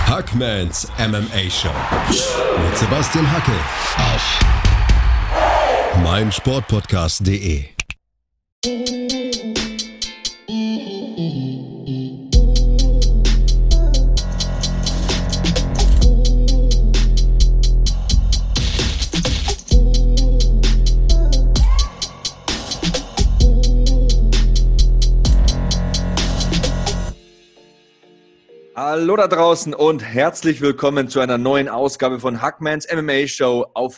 Hackmans MMA Show mit Sebastian Hackel auf meinsportpodcast.de. Hallo da draußen und herzlich willkommen zu einer neuen Ausgabe von Hackmans MMA Show auf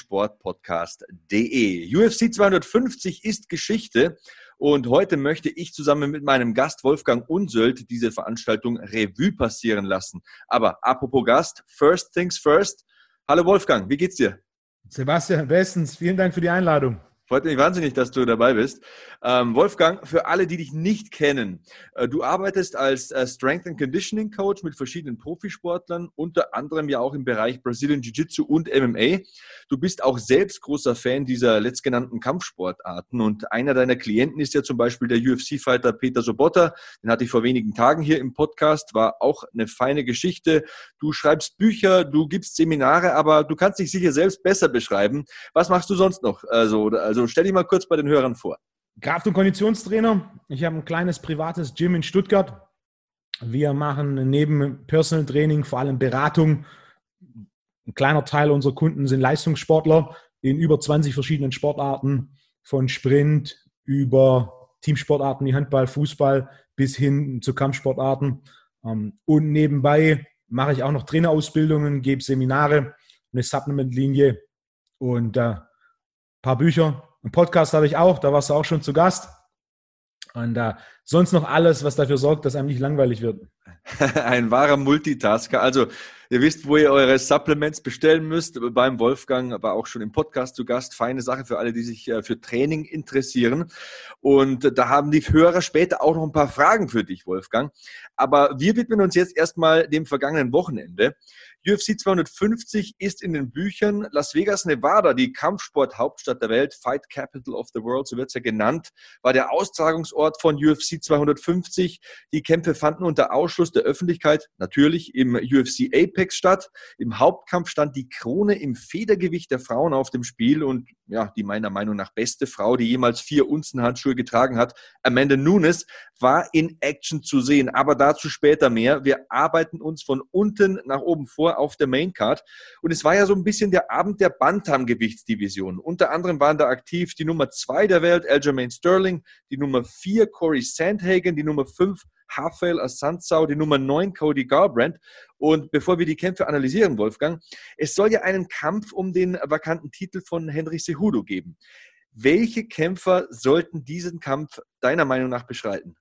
meinsportpodcast.de. UFC 250 ist Geschichte und heute möchte ich zusammen mit meinem Gast Wolfgang Unsöld diese Veranstaltung Revue passieren lassen. Aber apropos Gast, first things first. Hallo Wolfgang, wie geht's dir? Sebastian, bestens. Vielen Dank für die Einladung. Freut mich wahnsinnig, dass du dabei bist. Wolfgang, für alle, die dich nicht kennen, du arbeitest als Strength and Conditioning Coach mit verschiedenen Profisportlern, unter anderem ja auch im Bereich Brazilian Jiu-Jitsu und MMA. Du bist auch selbst großer Fan dieser letztgenannten Kampfsportarten und einer deiner Klienten ist ja zum Beispiel der UFC-Fighter Peter Sobotta. Den hatte ich vor wenigen Tagen hier im Podcast, war auch eine feine Geschichte. Du schreibst Bücher, du gibst Seminare, aber du kannst dich sicher selbst besser beschreiben. Was machst du sonst noch? Also stell dich mal kurz bei den Hörern vor. Kraft- und Konditionstrainer. Ich habe ein kleines privates Gym in Stuttgart. Wir machen neben Personal Training vor allem Beratung. Ein kleiner Teil unserer Kunden sind Leistungssportler in über 20 verschiedenen Sportarten, von Sprint über Teamsportarten wie Handball, Fußball bis hin zu Kampfsportarten. Und nebenbei mache ich auch noch Trainerausbildungen, gebe Seminare, eine Supplement-Linie und ein paar Bücher. Einen Podcast habe ich auch, da warst du auch schon zu Gast. Und sonst noch alles, was dafür sorgt, dass einem nicht langweilig wird. Ein wahrer Multitasker. Also ihr wisst, wo ihr eure Supplements bestellen müsst. Beim Wolfgang war auch schon im Podcast zu Gast. Feine Sache für alle, die sich für Training interessieren. Und da haben die Hörer später auch noch ein paar Fragen für dich, Wolfgang. Aber wir widmen uns jetzt erstmal dem vergangenen Wochenende. UFC 250 ist in den Büchern. Las Vegas, Nevada, die Kampfsport-Hauptstadt der Welt, Fight Capital of the World, so wird es ja genannt, war der Austragungsort von UFC 250. Die Kämpfe fanden unter Ausschluss der Öffentlichkeit natürlich im UFC Apex statt. Im Hauptkampf stand die Krone im Federgewicht der Frauen auf dem Spiel und ja, die meiner Meinung nach beste Frau, die jemals 4 Unzen Handschuhe getragen hat, Amanda Nunes, war in Action zu sehen. Aber dazu später mehr. Wir arbeiten uns von unten nach oben vor auf der Maincard. Und es war ja so ein bisschen der Abend der Bantam-Gewichtsdivision. Unter anderem waren da aktiv die Nummer 2 der Welt, Aljamain Sterling, die Nummer 4 Corey Sandhagen, die Nummer 5 Rafael Assunção, die Nummer 9 Cody Garbrandt. Und bevor wir die Kämpfe analysieren, Wolfgang, es soll ja einen Kampf um den vakanten Titel von Henry Cejudo geben. Welche Kämpfer sollten diesen Kampf deiner Meinung nach beschreiten?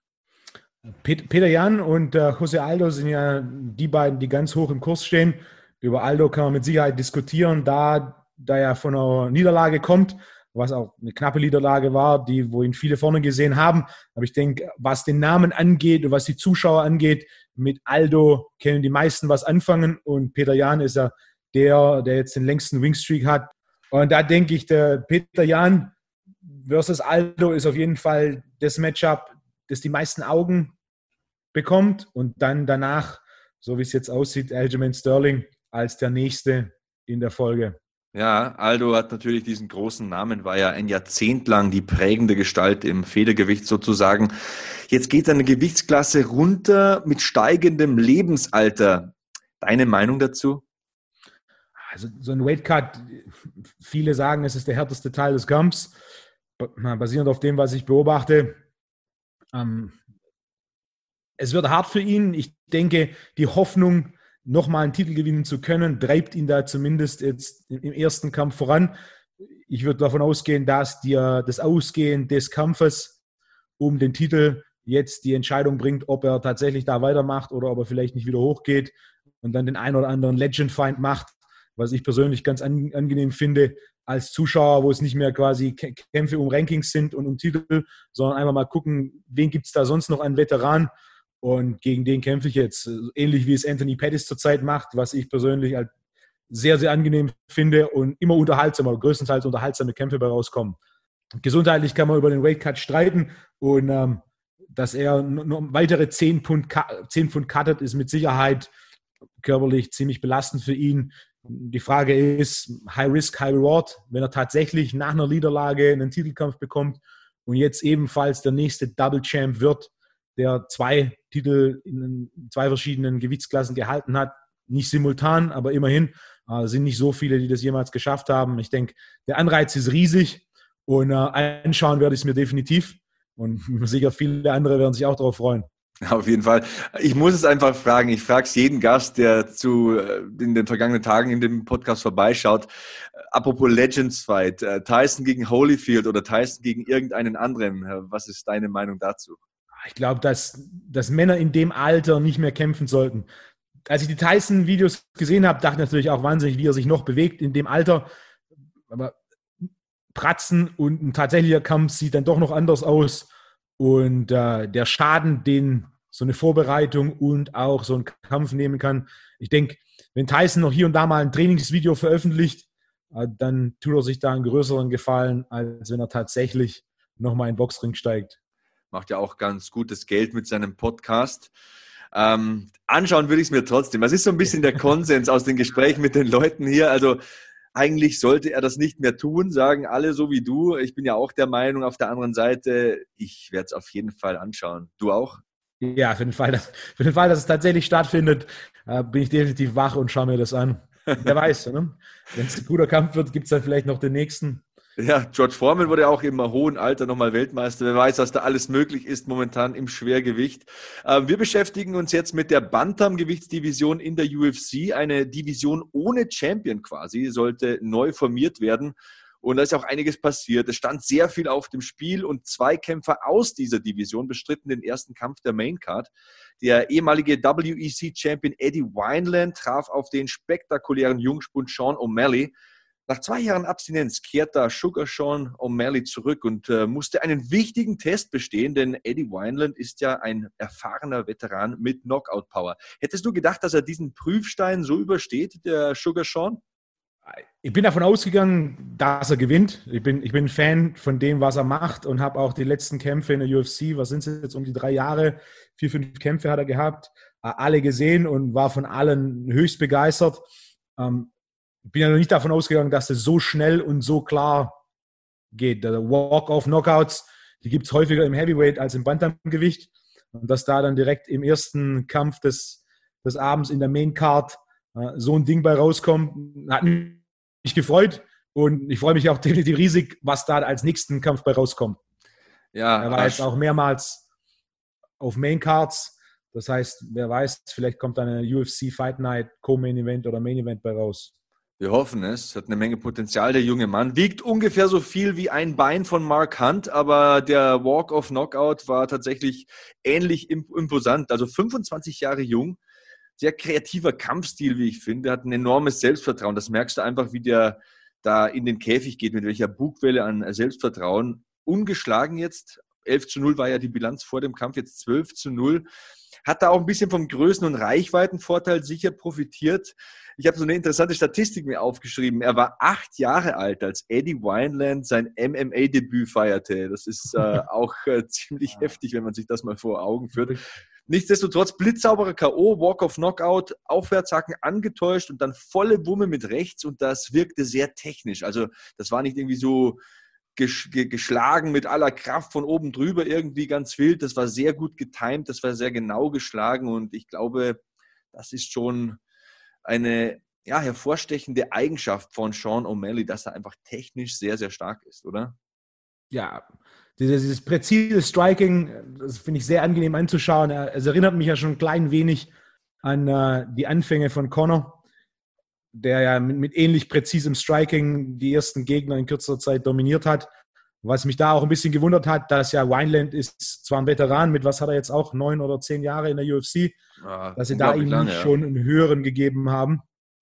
Peter Yan und José Aldo sind ja die beiden, die ganz hoch im Kurs stehen. Über Aldo kann man mit Sicherheit diskutieren, da er von einer Niederlage kommt, was auch eine knappe Niederlage war, wo ihn viele vorne gesehen haben. Aber ich denke, was den Namen angeht und was die Zuschauer angeht, mit Aldo können die meisten was anfangen. Und Peter Yan ist ja der jetzt den längsten Wingstreak hat. Und da denke ich, der Peter Yan versus Aldo ist auf jeden Fall das Matchup, das die meisten Augen bekommt. Und dann danach, so wie es jetzt aussieht, Aljamain Sterling als der Nächste in der Folge. Ja, Aldo hat natürlich diesen großen Namen, war ja ein Jahrzehnt lang die prägende Gestalt im Federgewicht sozusagen. Jetzt geht seine Gewichtsklasse runter mit steigendem Lebensalter. Deine Meinung dazu? Also so ein Weightcut, viele sagen, es ist der härteste Teil des Kampfs. Basierend auf dem, was ich beobachte, es wird hart für ihn. Ich denke, die Hoffnung, nochmal einen Titel gewinnen zu können, treibt ihn da zumindest jetzt im ersten Kampf voran. Ich würde davon ausgehen, dass das Ausgehen des Kampfes um den Titel jetzt die Entscheidung bringt, ob er tatsächlich da weitermacht oder ob er vielleicht nicht wieder hochgeht und dann den einen oder anderen Legend-Find macht, was ich persönlich ganz angenehm finde als Zuschauer, wo es nicht mehr quasi Kämpfe um Rankings sind und um Titel, sondern einfach mal gucken, wen gibt es da sonst noch an Veteranen. Und gegen den kämpfe ich jetzt, ähnlich wie es Anthony Pettis zurzeit macht, was ich persönlich halt sehr, sehr angenehm finde und immer unterhaltsam, oder größtenteils unterhaltsame Kämpfe bei rauskommen. Gesundheitlich kann man über den Weightcut streiten und dass er noch weitere 10 Pfund cuttet, ist mit Sicherheit körperlich ziemlich belastend für ihn. Die Frage ist, High Risk, High Reward, wenn er tatsächlich nach einer Niederlage einen Titelkampf bekommt und jetzt ebenfalls der nächste Double Champ wird, der 2 Titel in 2 verschiedenen Gewichtsklassen gehalten hat. Nicht simultan, aber immerhin. Sind nicht so viele, die das jemals geschafft haben. Ich denke, der Anreiz ist riesig und anschauen werde ich es mir definitiv. Und sicher viele andere werden sich auch darauf freuen. Auf jeden Fall. Ich muss es einfach fragen. Ich frage es jeden Gast, der in den vergangenen Tagen in dem Podcast vorbeischaut. Apropos Legends Fight, Tyson gegen Holyfield oder Tyson gegen irgendeinen anderen. Was ist deine Meinung dazu? Ich glaube, dass Männer in dem Alter nicht mehr kämpfen sollten. Als ich die Tyson-Videos gesehen habe, dachte ich natürlich auch wahnsinnig, wie er sich noch bewegt in dem Alter. Aber Pratzen und ein tatsächlicher Kampf sieht dann doch noch anders aus. Und der Schaden, den so eine Vorbereitung und auch so ein Kampf nehmen kann. Ich denke, wenn Tyson noch hier und da mal ein Trainingsvideo veröffentlicht, dann tut er sich da einen größeren Gefallen, als wenn er tatsächlich nochmal in den Boxring steigt. Macht ja auch ganz gutes Geld mit seinem Podcast. Anschauen würde ich es mir trotzdem. Was ist so ein bisschen der Konsens aus den Gesprächen mit den Leuten hier? Also eigentlich sollte er das nicht mehr tun, sagen alle so wie du. Ich bin ja auch der Meinung, auf der anderen Seite, ich werde es auf jeden Fall anschauen. Du auch? Ja, für den Fall, dass es tatsächlich stattfindet, bin ich definitiv wach und schaue mir das an. Wer weiß, ne? Wenn es ein guter Kampf wird, gibt es dann vielleicht noch den nächsten. Ja, George Foreman wurde ja auch im hohen Alter nochmal Weltmeister. Wer weiß, was da alles möglich ist momentan im Schwergewicht. Wir beschäftigen uns jetzt mit der Bantam-Gewichtsdivision in der UFC. Eine Division ohne Champion quasi, sollte neu formiert werden. Und da ist auch einiges passiert. Es stand sehr viel auf dem Spiel und 2 Kämpfer aus dieser Division bestritten den ersten Kampf der Maincard. Der ehemalige WEC-Champion Eddie Wineland traf auf den spektakulären Jungspund Sean O'Malley. Nach 2 Jahren Abstinenz kehrt da Sugar Sean O'Malley zurück und musste einen wichtigen Test bestehen, denn Eddie Wineland ist ja ein erfahrener Veteran mit Knockout-Power. Hättest du gedacht, dass er diesen Prüfstein so übersteht, der Sugar Sean? Ich bin davon ausgegangen, dass er gewinnt. Ich bin Fan von dem, was er macht und habe auch die letzten Kämpfe in der UFC, was sind es jetzt, um die 3 Jahre, 4, 5 Kämpfe hat er gehabt, alle gesehen und war von allen höchst begeistert. Ich bin ja noch nicht davon ausgegangen, dass es so schnell und so klar geht. Der Walk-off-Knockouts, die gibt es häufiger im Heavyweight als im Bantamgewicht. Und dass da dann direkt im ersten Kampf des Abends in der Main-Card so ein Ding bei rauskommt, hat mich gefreut. Und ich freue mich auch definitiv riesig, was da als nächsten Kampf bei rauskommt. Ja, er war jetzt auch mehrmals auf Main-Cards. Das heißt, wer weiß, vielleicht kommt da eine UFC Fight Night, Co-Main-Event oder Main-Event bei raus. Wir hoffen es. Hat eine Menge Potenzial, der junge Mann. Wiegt ungefähr so viel wie ein Bein von Mark Hunt, aber der Walk-of-Knockout war tatsächlich ähnlich imposant. Also 25 Jahre jung, sehr kreativer Kampfstil, wie ich finde. Hat ein enormes Selbstvertrauen. Das merkst du einfach, wie der da in den Käfig geht, mit welcher Bugwelle an Selbstvertrauen. Ungeschlagen jetzt. 11:0 war ja die Bilanz vor dem Kampf, jetzt 12:0. Hat da auch ein bisschen vom Größen- und Reichweitenvorteil sicher profitiert. Ich habe so eine interessante Statistik mir aufgeschrieben. Er war 8 Jahre alt, als Eddie Wineland sein MMA-Debüt feierte. Das ist auch ziemlich heftig, wenn man sich das mal vor Augen führt. Nichtsdestotrotz blitzsauberer K.O., Walk-of-Knockout, Aufwärtshaken angetäuscht und dann volle Wumme mit rechts und das wirkte sehr technisch. Also das war nicht irgendwie so geschlagen mit aller Kraft von oben drüber, irgendwie ganz wild. Das war sehr gut getimt, das war sehr genau geschlagen und ich glaube, das ist schon eine hervorstechende Eigenschaft von Sean O'Malley, dass er einfach technisch sehr, sehr stark ist, oder? Ja, dieses präzise Striking, das finde ich sehr angenehm anzuschauen. Es erinnert mich ja schon ein klein wenig an die Anfänge von Conor, der ja mit ähnlich präzisem Striking die ersten Gegner in kürzer Zeit dominiert hat. Was mich da auch ein bisschen gewundert hat, dass ja Wineland ist zwar ein Veteran, mit was hat er jetzt auch, 9 oder 10 Jahre in der UFC, dass sie da ihm nicht schon einen höheren gegeben haben.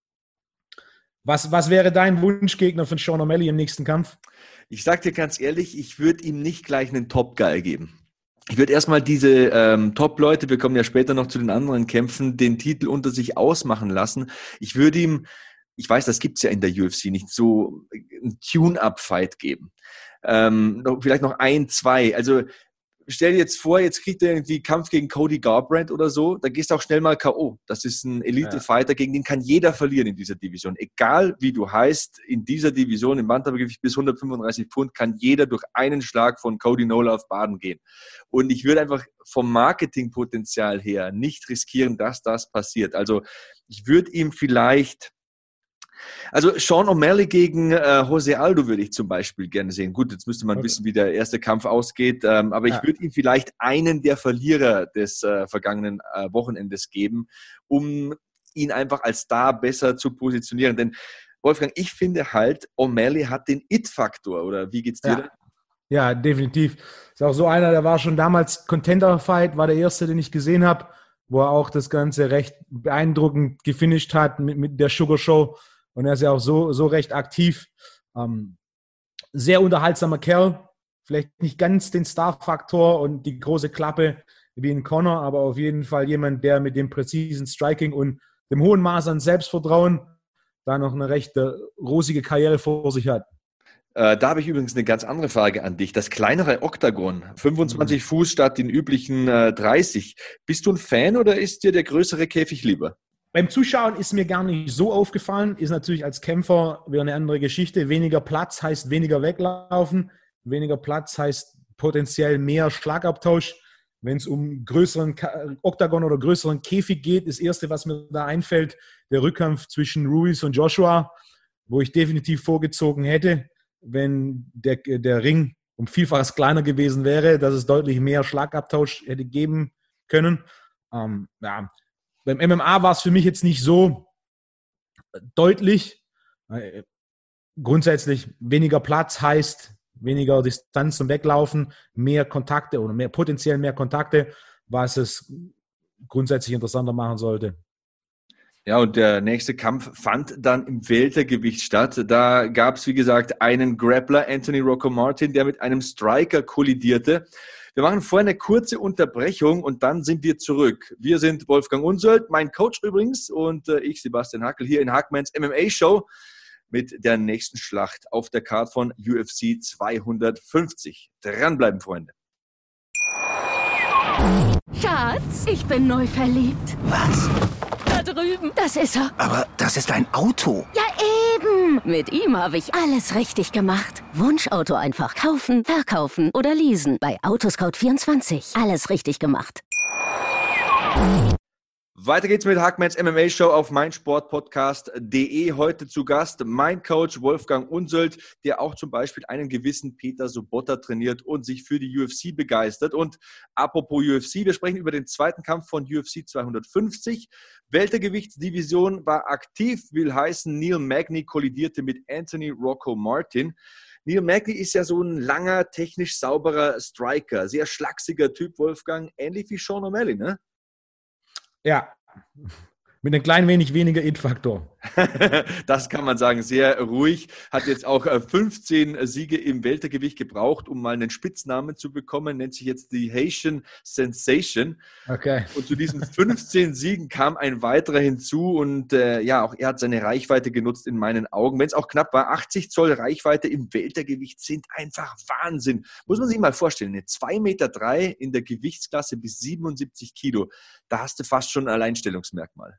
Was wäre dein Wunschgegner von Sean O'Malley im nächsten Kampf? Ich sag dir ganz ehrlich, ich würde ihm nicht gleich einen Top-Guy geben. Ich würde erstmal diese Top-Leute, wir kommen ja später noch zu den anderen Kämpfen, den Titel unter sich ausmachen lassen. Ich würde ihm, ich weiß, das gibt's ja in der UFC nicht, so einen Tune-Up-Fight geben. Vielleicht noch 1, 2. Also stell dir jetzt vor, jetzt kriegt er irgendwie Kampf gegen Cody Garbrandt oder so, da gehst du auch schnell mal K.O. Das ist ein Elite-Fighter, gegen den kann jeder verlieren in dieser Division. Egal wie du heißt, in dieser Division, im Bantamgewicht bis 135 Pfund, kann jeder durch einen Schlag von Cody Nola auf Baden gehen. Und ich würde einfach vom Marketingpotenzial her nicht riskieren, dass das passiert. Also ich würde ihm vielleicht... Also Sean O'Malley gegen Jose Aldo würde ich zum Beispiel gerne sehen. Gut, jetzt müsste man wissen, wie der erste Kampf ausgeht, aber ich würde ihm vielleicht einen der Verlierer des vergangenen Wochenendes geben, um ihn einfach als Star besser zu positionieren. Denn Wolfgang, ich finde halt, O'Malley hat den It-Faktor, oder wie geht's dir da? Ja, definitiv. Ist auch so einer, der war schon damals Contender-Fight, war der erste, den ich gesehen habe, wo er auch das Ganze recht beeindruckend gefinisht hat mit der Sugar Show. Und er ist ja auch so recht aktiv. Sehr unterhaltsamer Kerl. Vielleicht nicht ganz den Star-Faktor und die große Klappe wie in Conor, aber auf jeden Fall jemand, der mit dem präzisen Striking und dem hohen Maß an Selbstvertrauen da noch eine recht rosige Karriere vor sich hat. Da habe ich übrigens eine ganz andere Frage an dich. Das kleinere Oktagon, 25 Fuß statt den üblichen 30. Bist du ein Fan oder ist dir der größere Käfig lieber? Beim Zuschauen ist mir gar nicht so aufgefallen, ist natürlich als Kämpfer wieder eine andere Geschichte. Weniger Platz heißt weniger weglaufen, weniger Platz heißt potenziell mehr Schlagabtausch. Wenn es um größeren Oktagon oder größeren Käfig geht, das Erste, was mir da einfällt, der Rückkampf zwischen Ruiz und Joshua, wo ich definitiv vorgezogen hätte, wenn der Ring um Vielfaches kleiner gewesen wäre, dass es deutlich mehr Schlagabtausch hätte geben können. Beim MMA war es für mich jetzt nicht so deutlich. Grundsätzlich weniger Platz heißt weniger Distanz zum Weglaufen, mehr Kontakte oder potenziell mehr Kontakte, was es grundsätzlich interessanter machen sollte. Ja, und der nächste Kampf fand dann im Weltergewicht statt. Da gab es, wie gesagt, einen Grappler, Anthony Rocco Martin, der mit einem Striker kollidierte. Wir machen vorher eine kurze Unterbrechung und dann sind wir zurück. Wir sind Wolfgang Unsöld, mein Coach übrigens, und ich, Sebastian Hackel, hier in Hackmans MMA-Show mit der nächsten Schlacht auf der Card von UFC 250. Dranbleiben, Freunde. Schatz, ich bin neu verliebt. Was? Da drüben. Das ist er. Aber das ist ein Auto. Ja, eben. Mit ihm habe ich alles richtig gemacht. Wunschauto einfach kaufen, verkaufen oder leasen. Bei Autoscout24. Alles richtig gemacht. Weiter geht's mit Hackmans MMA-Show auf meinsportpodcast.de. Heute zu Gast mein Coach Wolfgang Unsöld, der auch zum Beispiel einen gewissen Peter Sobotta trainiert und sich für die UFC begeistert. Und apropos UFC, wir sprechen über den zweiten Kampf von UFC 250. Weltergewichtsdivision war aktiv, will heißen, Neil Magny kollidierte mit Anthony Rocco Martin. Neil Magny ist ja so ein langer, technisch sauberer Striker, sehr schlachsiger Typ, Wolfgang, ähnlich wie Sean O'Malley, ne? Ja, mit einem klein wenig weniger It-Faktor. Das kann man sagen, sehr ruhig. Hat jetzt auch 15 Siege im Weltergewicht gebraucht, um mal einen Spitznamen zu bekommen. Nennt sich jetzt die Haitian Sensation. Okay. Und zu diesen 15 Siegen kam ein weiterer hinzu. Und auch er hat seine Reichweite genutzt in meinen Augen. Wenn es auch knapp war, 80 Zoll Reichweite im Weltergewicht sind einfach Wahnsinn. Muss man sich mal vorstellen, eine 2,3 Meter in der Gewichtsklasse bis 77 Kilo. Da hast du fast schon ein Alleinstellungsmerkmal.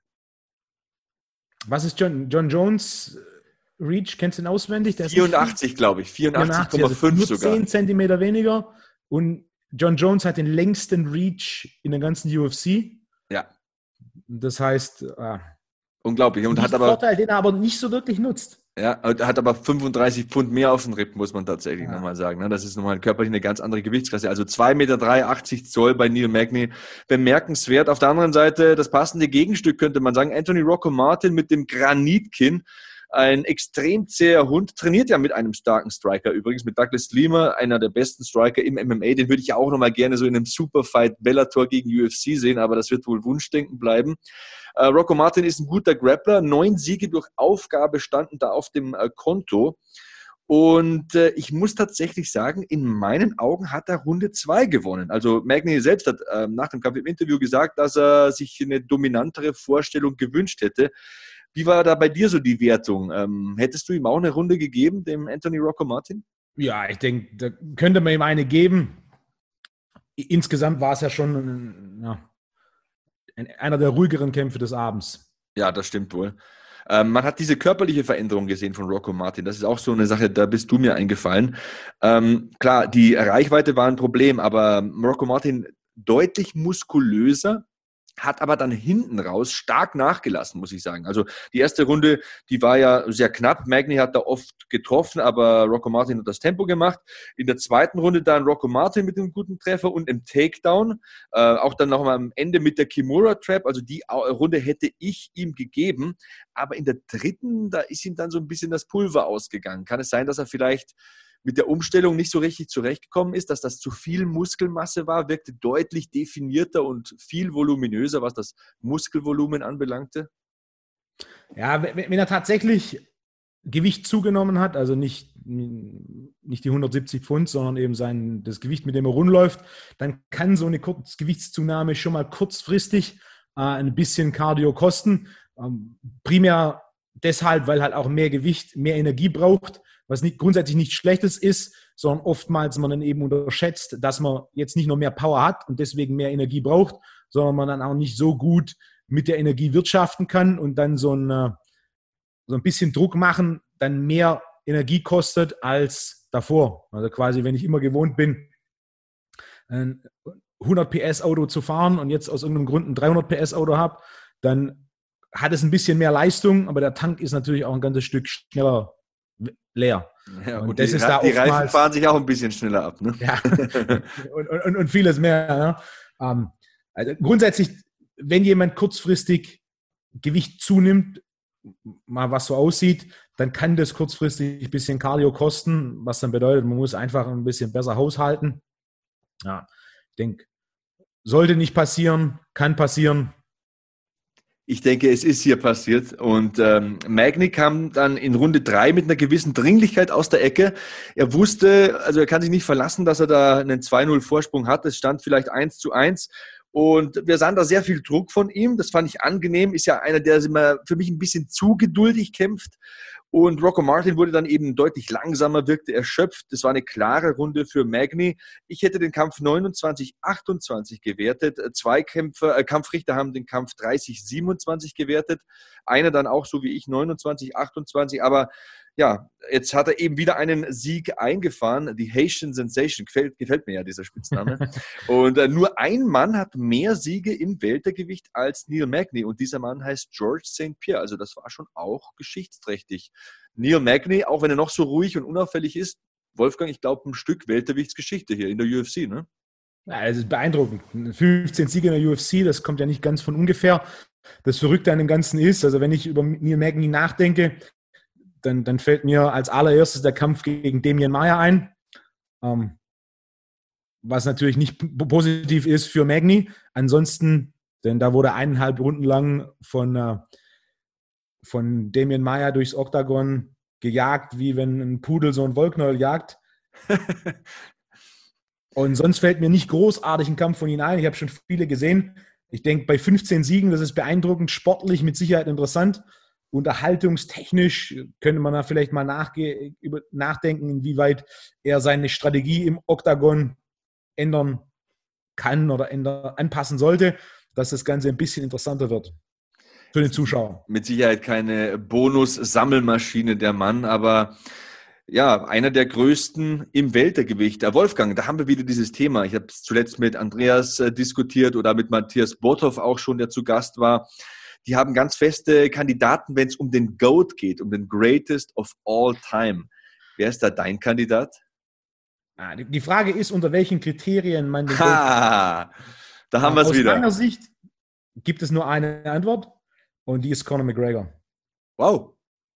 Was ist John Jones Reach? Kennst du ihn auswendig? Der 84, glaube ich. 84,5 nur sogar. 10 Zentimeter weniger. Und John Jones hat den längsten Reach in der ganzen UFC. Ja. Das heißt, unglaublich. Und hat aber Vorteil, den er aber nicht so wirklich nutzt. Ja, hat aber 35 Pfund mehr auf den Rippen, muss man tatsächlich nochmal sagen. Das ist nochmal körperlich eine ganz andere Gewichtsklasse. Also 2,3 Meter, 80 Zoll bei Neil Magny. Bemerkenswert. Auf der anderen Seite das passende Gegenstück könnte man sagen. Anthony Rocco Martin mit dem Granitkinn. Ein extrem zäher Hund. Trainiert ja mit einem starken Striker übrigens, mit Douglas Lima, einer der besten Striker im MMA. Den würde ich ja auch nochmal gerne so in einem Superfight Bellator gegen UFC sehen, aber das wird wohl Wunschdenken bleiben. Rocco Martin ist ein guter Grappler. 9 Siege durch Aufgabe standen da auf dem Konto. Und ich muss tatsächlich sagen, in meinen Augen hat er Runde 2 gewonnen. Also Magny selbst hat nach dem Kampf im Interview gesagt, dass er sich eine dominantere Vorstellung gewünscht hätte. Wie war da bei dir so die Wertung? Hättest du ihm auch eine Runde gegeben, dem Anthony Rocco Martin? Ja, ich denke, da könnte man ihm eine geben. insgesamt war es ja schon einer der ruhigeren Kämpfe des Abends. Ja, das stimmt wohl. Man hat diese körperliche Veränderung gesehen von Rocco Martin. Das ist auch so eine Sache, da bist du mir eingefallen. Klar, die Reichweite war ein Problem, aber Rocco Martin deutlich muskulöser, hat aber dann hinten raus stark nachgelassen, muss ich sagen. Also die erste Runde, die war ja sehr knapp. Magny hat da oft getroffen, aber Rocco Martin hat das Tempo gemacht. In der zweiten Runde dann Rocco Martin mit einem guten Treffer und im Takedown. Auch dann nochmal am Ende mit der Kimura Trap. Also die Runde hätte ich ihm gegeben. Aber in der dritten, da ist ihm dann so ein bisschen das Pulver ausgegangen. Kann es sein, dass er vielleicht mit der Umstellung nicht so richtig zurechtgekommen ist, dass das zu viel Muskelmasse war, wirkte deutlich definierter und viel voluminöser, was das Muskelvolumen anbelangte? Ja, wenn er tatsächlich Gewicht zugenommen hat, also nicht die 170 Pfund, sondern eben das Gewicht, mit dem er rumläuft, dann kann so eine Gewichtszunahme schon mal kurzfristig ein bisschen Cardio kosten. Primär deshalb, weil halt auch mehr Gewicht mehr Energie braucht, was grundsätzlich nichts Schlechtes ist, sondern oftmals man dann eben unterschätzt, dass man jetzt nicht nur mehr Power hat und deswegen mehr Energie braucht, sondern man dann auch nicht so gut mit der Energie wirtschaften kann und dann so ein bisschen Druck machen, dann mehr Energie kostet als davor. Also quasi, wenn ich immer gewohnt bin, ein 100 PS Auto zu fahren und jetzt aus irgendeinem Grund ein 300 PS Auto habe, dann hat es ein bisschen mehr Leistung, aber der Tank ist natürlich auch ein ganzes Stück schneller leer. Ja, und das ist da die Reifen fahren sich auch ein bisschen schneller ab. Ne? Ja, und vieles mehr. Ja. Also grundsätzlich, wenn jemand kurzfristig Gewicht zunimmt, mal was so aussieht, dann kann das kurzfristig ein bisschen Cardio kosten, was dann bedeutet, man muss einfach ein bisschen besser haushalten. Ja, ich denke, sollte nicht passieren, kann passieren. Ich denke, es ist hier passiert und Magny kam dann in Runde 3 mit einer gewissen Dringlichkeit aus der Ecke. Er wusste, also er kann sich nicht verlassen, dass er da einen 2-0 Vorsprung hat. Es stand vielleicht 1:1 und wir sahen da sehr viel Druck von ihm. Das fand ich angenehm. Ist ja einer, der immer für mich ein bisschen zu geduldig kämpft. Und Rocco Martin wurde dann eben deutlich langsamer, wirkte erschöpft. Das war eine klare Runde für Magny. Ich hätte den Kampf 29:28 gewertet. Zwei Kampfrichter haben den Kampf 30:27 gewertet. Einer dann auch so wie ich 29:28. Aber ja, jetzt hat er eben wieder einen Sieg eingefahren. Die Haitian Sensation, gefällt mir ja dieser Spitzname. Und nur ein Mann hat mehr Siege im Weltergewicht als Neil Magny. Und dieser Mann heißt George St. Pierre. Also das war schon auch geschichtsträchtig. Neil Magny, auch wenn er noch so ruhig und unauffällig ist, Wolfgang, ich glaube, ein Stück Weltergewichtsgeschichte hier in der UFC, ne? Ja, es ist beeindruckend. 15 Siege in der UFC, das kommt ja nicht ganz von ungefähr. Das Verrückte an dem Ganzen ist, also wenn ich über Neil Magny nachdenke, dann fällt mir als allererstes der Kampf gegen Demian Maia ein, was natürlich nicht positiv ist für Magny. Ansonsten, denn da wurde 1,5 Runden lang von Demian Maia durchs Oktagon gejagt, wie wenn ein Pudel so ein Wollknäuel jagt. Und sonst fällt mir nicht großartig ein Kampf von ihm ein. Ich habe schon viele gesehen. Ich denke, bei 15 Siegen, das ist beeindruckend, sportlich mit Sicherheit interessant. Unterhaltungstechnisch könnte man da vielleicht mal nachdenken, inwieweit er seine Strategie im Oktagon ändern kann oder anpassen sollte, dass das Ganze ein bisschen interessanter wird für den Zuschauer. Mit Sicherheit keine Bonus-Sammelmaschine der Mann, aber ja, einer der größten im Weltergewicht. Der Wolfgang, da haben wir wieder dieses Thema. Ich habe es zuletzt mit Andreas diskutiert oder mit Matthias Bothoff auch schon, der zu Gast war. Die haben ganz feste Kandidaten, wenn es um den GOAT geht, um den Greatest of All Time. Wer ist da dein Kandidat? Die Frage ist, unter welchen Kriterien man den GOAT... Da haben wir es wieder. Aus meiner Sicht gibt es nur eine Antwort und die ist Conor McGregor. Wow.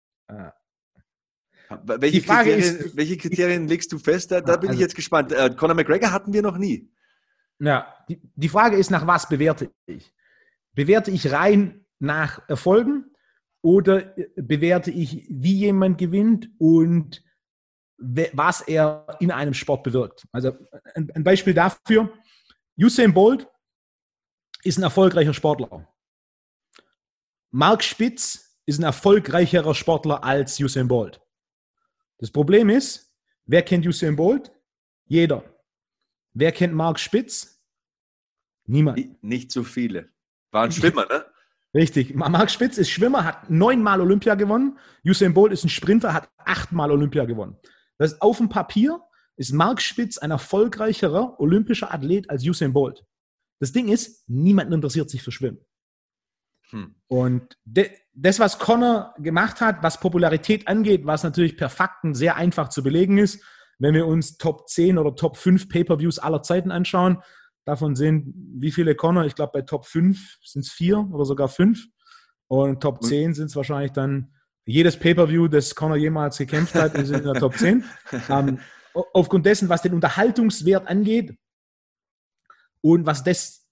Welche Kriterien legst du fest? Da bin ich jetzt gespannt. Conor McGregor hatten wir noch nie. Ja, die Frage ist, nach was bewerte ich? Bewerte ich rein nach Erfolgen oder bewerte ich, wie jemand gewinnt und was er in einem Sport bewirkt? Also ein Beispiel dafür, Usain Bolt ist ein erfolgreicher Sportler. Mark Spitz ist ein erfolgreicherer Sportler als Usain Bolt. Das Problem ist, wer kennt Usain Bolt? Jeder. Wer kennt Mark Spitz? Niemand. Nicht so viele. War ein Schwimmer, ne? Richtig. Mark Spitz ist Schwimmer, hat 9-mal Olympia gewonnen. Usain Bolt ist ein Sprinter, hat 8-mal Olympia gewonnen. Das ist auf dem Papier ist Mark Spitz ein erfolgreicherer olympischer Athlet als Usain Bolt. Das Ding ist, niemand interessiert sich für Schwimmen. Und das, was Conor gemacht hat, was Popularität angeht, was natürlich per Fakten sehr einfach zu belegen ist, wenn wir uns Top 10 oder Top 5 Pay-Per-Views aller Zeiten anschauen, davon sind wie viele Conor? Ich glaube, bei Top 5 sind es 4 oder sogar 5. Und Top 10 sind es wahrscheinlich dann jedes Pay-Per-View, das Conor jemals gekämpft hat, ist in der Top 10. Aufgrund dessen, was den Unterhaltungswert angeht und was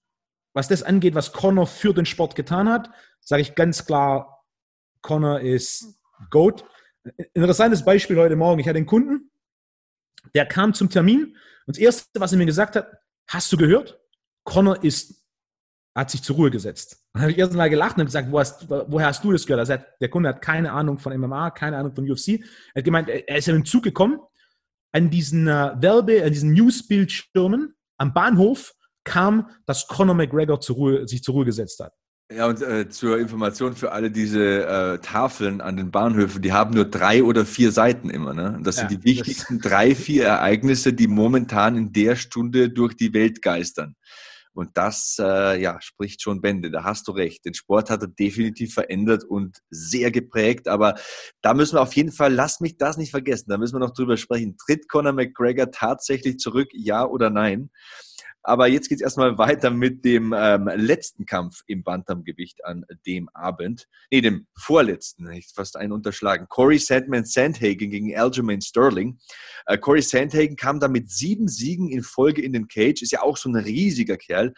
das angeht, was Conor für den Sport getan hat, sage ich ganz klar, Conor ist GOAT. Interessantes Beispiel heute Morgen. Ich hatte einen Kunden, der kam zum Termin und das Erste, was er mir gesagt hat, hast du gehört? Conor hat sich zur Ruhe gesetzt. Dann habe ich erst mal gelacht und gesagt, woher hast du das gehört? Also der Kunde hat keine Ahnung von MMA, keine Ahnung von UFC. Er hat gemeint, er ist in den Zug gekommen, an diesen an diesen Newsbildschirmen am Bahnhof kam, dass Conor McGregor sich zur Ruhe gesetzt hat. Ja, und zur Information für alle diese Tafeln an den Bahnhöfen, die haben nur 3 oder 4 Seiten immer. Ne? Das sind die wichtigsten 3, 4 Ereignisse, die momentan in der Stunde durch die Welt geistern. Und das spricht schon Bände. Da hast du recht. Den Sport hat er definitiv verändert und sehr geprägt. Aber da müssen wir auf jeden Fall, lass mich das nicht vergessen, da müssen wir noch drüber sprechen. Tritt Conor McGregor tatsächlich zurück, ja oder nein? Aber jetzt geht es erstmal weiter mit dem letzten Kampf im Bantamgewicht an dem Abend. Dem vorletzten, ich fast einen unterschlagen. Cory Sandhagen gegen Aljamain Sterling. Cory Sandhagen kam da mit 7 Siegen in Folge in den Cage. Ist ja auch so ein riesiger Kerl.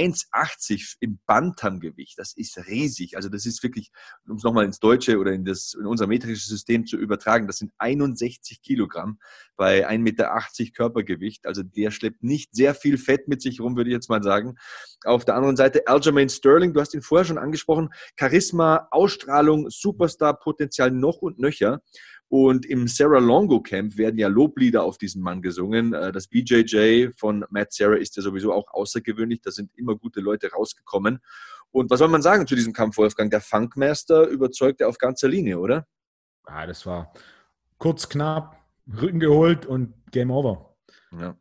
1,80 im Bantamgewicht. Das ist riesig. Also das ist wirklich, um es nochmal ins Deutsche oder in unser metrisches System zu übertragen, das sind 61 Kilogramm bei 1,80 Meter Körpergewicht. Also der schleppt nicht sehr viel Fett mit sich rum, würde ich jetzt mal sagen. Auf der anderen Seite Aljamain Sterling, du hast ihn vorher schon angesprochen, Charisma, Ausstrahlung, Superstar-Potenzial noch und nöcher. Und im Serra Longo Camp werden ja Loblieder auf diesen Mann gesungen. Das BJJ von Matt Serra ist ja sowieso auch außergewöhnlich. Da sind immer gute Leute rausgekommen. Und was soll man sagen zu diesem Kampf, Wolfgang? Der Funkmaster überzeugte auf ganzer Linie, oder? Ja, das war kurz, knapp, Rücken geholt und Game Over. Ja.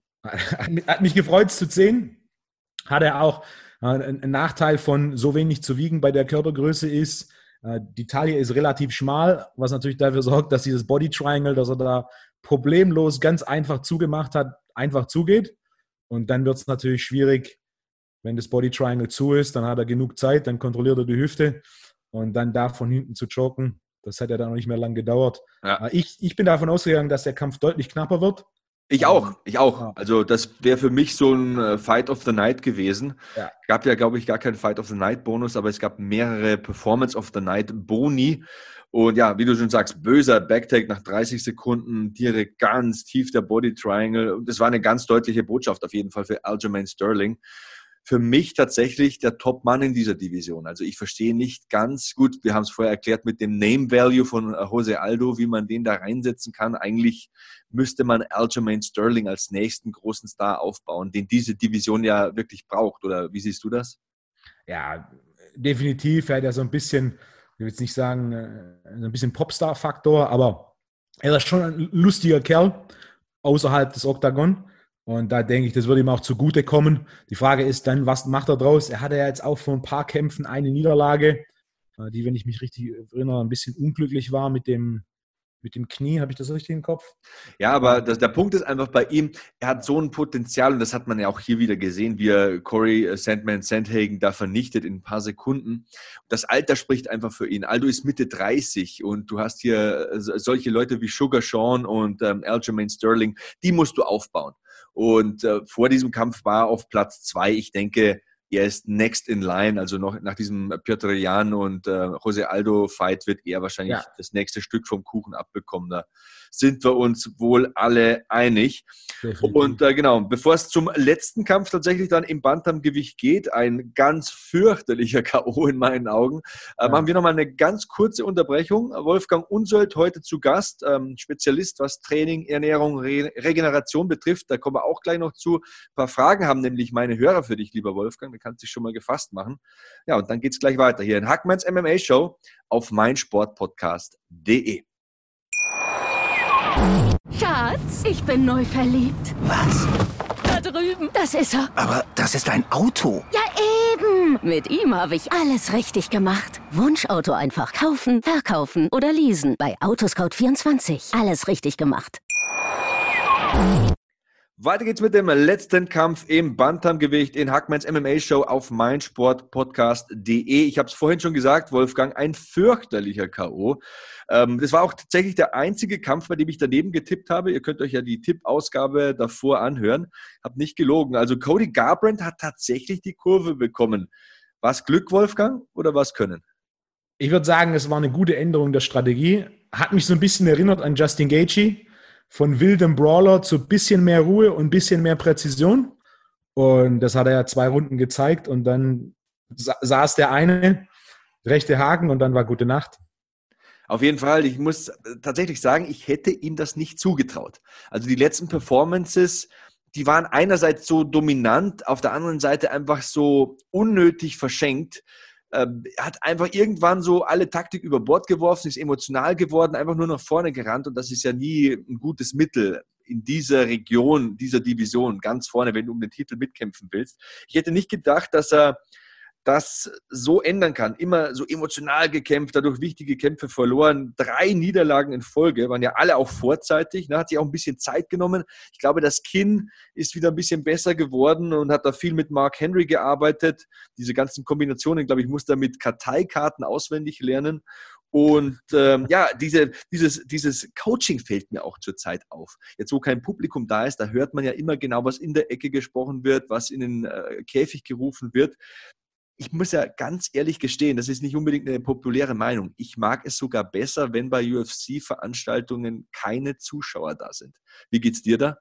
Hat mich gefreut, es zu sehen. Hat er auch ein Nachteil von so wenig zu wiegen bei der Körpergröße ist, die Taille ist relativ schmal, was natürlich dafür sorgt, dass dieses Body Triangle, das er da problemlos ganz einfach zugemacht hat, einfach zugeht. Und dann wird es natürlich schwierig, wenn das Body Triangle zu ist, dann hat er genug Zeit, dann kontrolliert er die Hüfte und dann da von hinten zu choken. Das hat ja dann noch nicht mehr lang gedauert. Ja. Ich bin davon ausgegangen, dass der Kampf deutlich knapper wird. Ich auch. Also das wäre für mich so ein Fight of the Night gewesen. Ja. Gab ja, glaube ich, gar keinen Fight of the Night Bonus, aber es gab mehrere Performance of the Night Boni. Und ja, wie du schon sagst, böser Backtake nach 30 Sekunden, direkt ganz tief der Body Triangle. Und das war eine ganz deutliche Botschaft auf jeden Fall für Aljamain Sterling. Für mich tatsächlich der Top-Mann in dieser Division. Also ich verstehe nicht ganz gut, wir haben es vorher erklärt mit dem Name-Value von Jose Aldo, wie man den da reinsetzen kann. Eigentlich müsste man Aljamain Sterling als nächsten großen Star aufbauen, den diese Division ja wirklich braucht. Oder wie siehst du das? Ja, definitiv. Er hat ja so ein bisschen, ich will jetzt nicht sagen, ein bisschen Popstar-Faktor, aber er ist schon ein lustiger Kerl außerhalb des Oktagon. Und da denke ich, das würde ihm auch zugutekommen. Die Frage ist dann, was macht er draus? Er hatte ja jetzt auch vor ein paar Kämpfen eine Niederlage, die, wenn ich mich richtig erinnere, ein bisschen unglücklich war mit dem Knie. Habe ich das richtig im Kopf? Ja, aber der Punkt ist einfach bei ihm, er hat so ein Potenzial und das hat man ja auch hier wieder gesehen, wie er Cory Sandhagen da vernichtet in ein paar Sekunden. Das Alter spricht einfach für ihn. Aldo ist Mitte 30 und du hast hier solche Leute wie Sugar Sean und Aljamain Sterling, die musst du aufbauen. Und vor diesem Kampf war er auf Platz 2. Ich denke, er ist next in line, also noch nach diesem Petr Yan und Jose Aldo Fight wird er wahrscheinlich das nächste Stück vom Kuchen abbekommen. Da sind wir uns wohl alle einig. Definitiv. Und genau, bevor es zum letzten Kampf tatsächlich dann im Bantamgewicht geht, ein ganz fürchterlicher K.O. in meinen Augen, machen wir nochmal eine ganz kurze Unterbrechung. Wolfgang Unsold heute zu Gast, Spezialist, was Training, Ernährung, Regeneration betrifft. Da kommen wir auch gleich noch zu. Ein paar Fragen haben nämlich meine Hörer für dich, lieber Wolfgang. Da kannst du dich schon mal gefasst machen. Ja, und dann geht es gleich weiter hier in Hackmans MMA Show auf meinsportpodcast.de. Schatz, ich bin neu verliebt. Was? Da drüben. Das ist er. Aber das ist ein Auto. Ja, eben. Mit ihm habe ich alles richtig gemacht. Wunschauto einfach kaufen, verkaufen oder leasen. Bei Autoscout24. Alles richtig gemacht. Weiter geht's mit dem letzten Kampf im Bantamgewicht in Hackmans MMA Show auf meinsportpodcast.de. Ich habe es vorhin schon gesagt, Wolfgang, ein fürchterlicher K.O. Das war auch tatsächlich der einzige Kampf, bei dem ich daneben getippt habe. Ihr könnt euch ja die Tippausgabe davor anhören. Hab nicht gelogen. Also Cody Garbrandt hat tatsächlich die Kurve bekommen. War es Glück, Wolfgang, oder war es Können? Ich würde sagen, es war eine gute Änderung der Strategie. Hat mich so ein bisschen erinnert an Justin Gaethje. Von wildem Brawler zu ein bisschen mehr Ruhe und ein bisschen mehr Präzision. Und das hat er ja 2 Runden gezeigt. Und dann saß der eine, rechte Haken, und dann war gute Nacht. Auf jeden Fall, ich muss tatsächlich sagen, ich hätte ihm das nicht zugetraut. Also die letzten Performances, die waren einerseits so dominant, auf der anderen Seite einfach so unnötig verschenkt. Er hat einfach irgendwann so alle Taktik über Bord geworfen, ist emotional geworden, einfach nur nach vorne gerannt, und das ist ja nie ein gutes Mittel in dieser Region, dieser Division, ganz vorne, wenn du um den Titel mitkämpfen willst. Ich hätte nicht gedacht, dass er das so ändern kann. Immer so emotional gekämpft, dadurch wichtige Kämpfe verloren. 3 Niederlagen in Folge, waren ja alle auch vorzeitig. Hat sich auch ein bisschen Zeit genommen. Ich glaube, das Kinn ist wieder ein bisschen besser geworden und hat da viel mit Mark Henry gearbeitet. Diese ganzen Kombinationen, glaube ich, muss da mit Karteikarten auswendig lernen. Und dieses Coaching fällt mir auch zurzeit auf. Jetzt, wo kein Publikum da ist, da hört man ja immer genau, was in der Ecke gesprochen wird, was in den Käfig gerufen wird. Ich muss ja ganz ehrlich gestehen, das ist nicht unbedingt eine populäre Meinung. Ich mag es sogar besser, wenn bei UFC-Veranstaltungen keine Zuschauer da sind. Wie geht's dir da?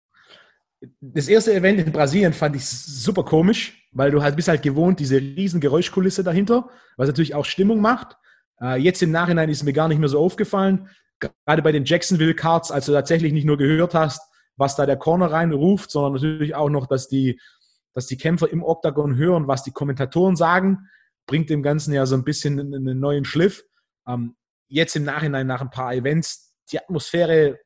Das erste Event in Brasilien fand ich super komisch, weil du bist halt gewohnt, diese riesen Geräuschkulisse dahinter, was natürlich auch Stimmung macht. Jetzt im Nachhinein ist mir gar nicht mehr so aufgefallen. Gerade bei den Jacksonville Cards, als du tatsächlich nicht nur gehört hast, was da der Corner reinruft, sondern natürlich auch noch, dass die Kämpfer im Oktagon hören, was die Kommentatoren sagen, bringt dem Ganzen ja so ein bisschen einen neuen Schliff. Jetzt im Nachhinein, nach ein paar Events, die Atmosphäre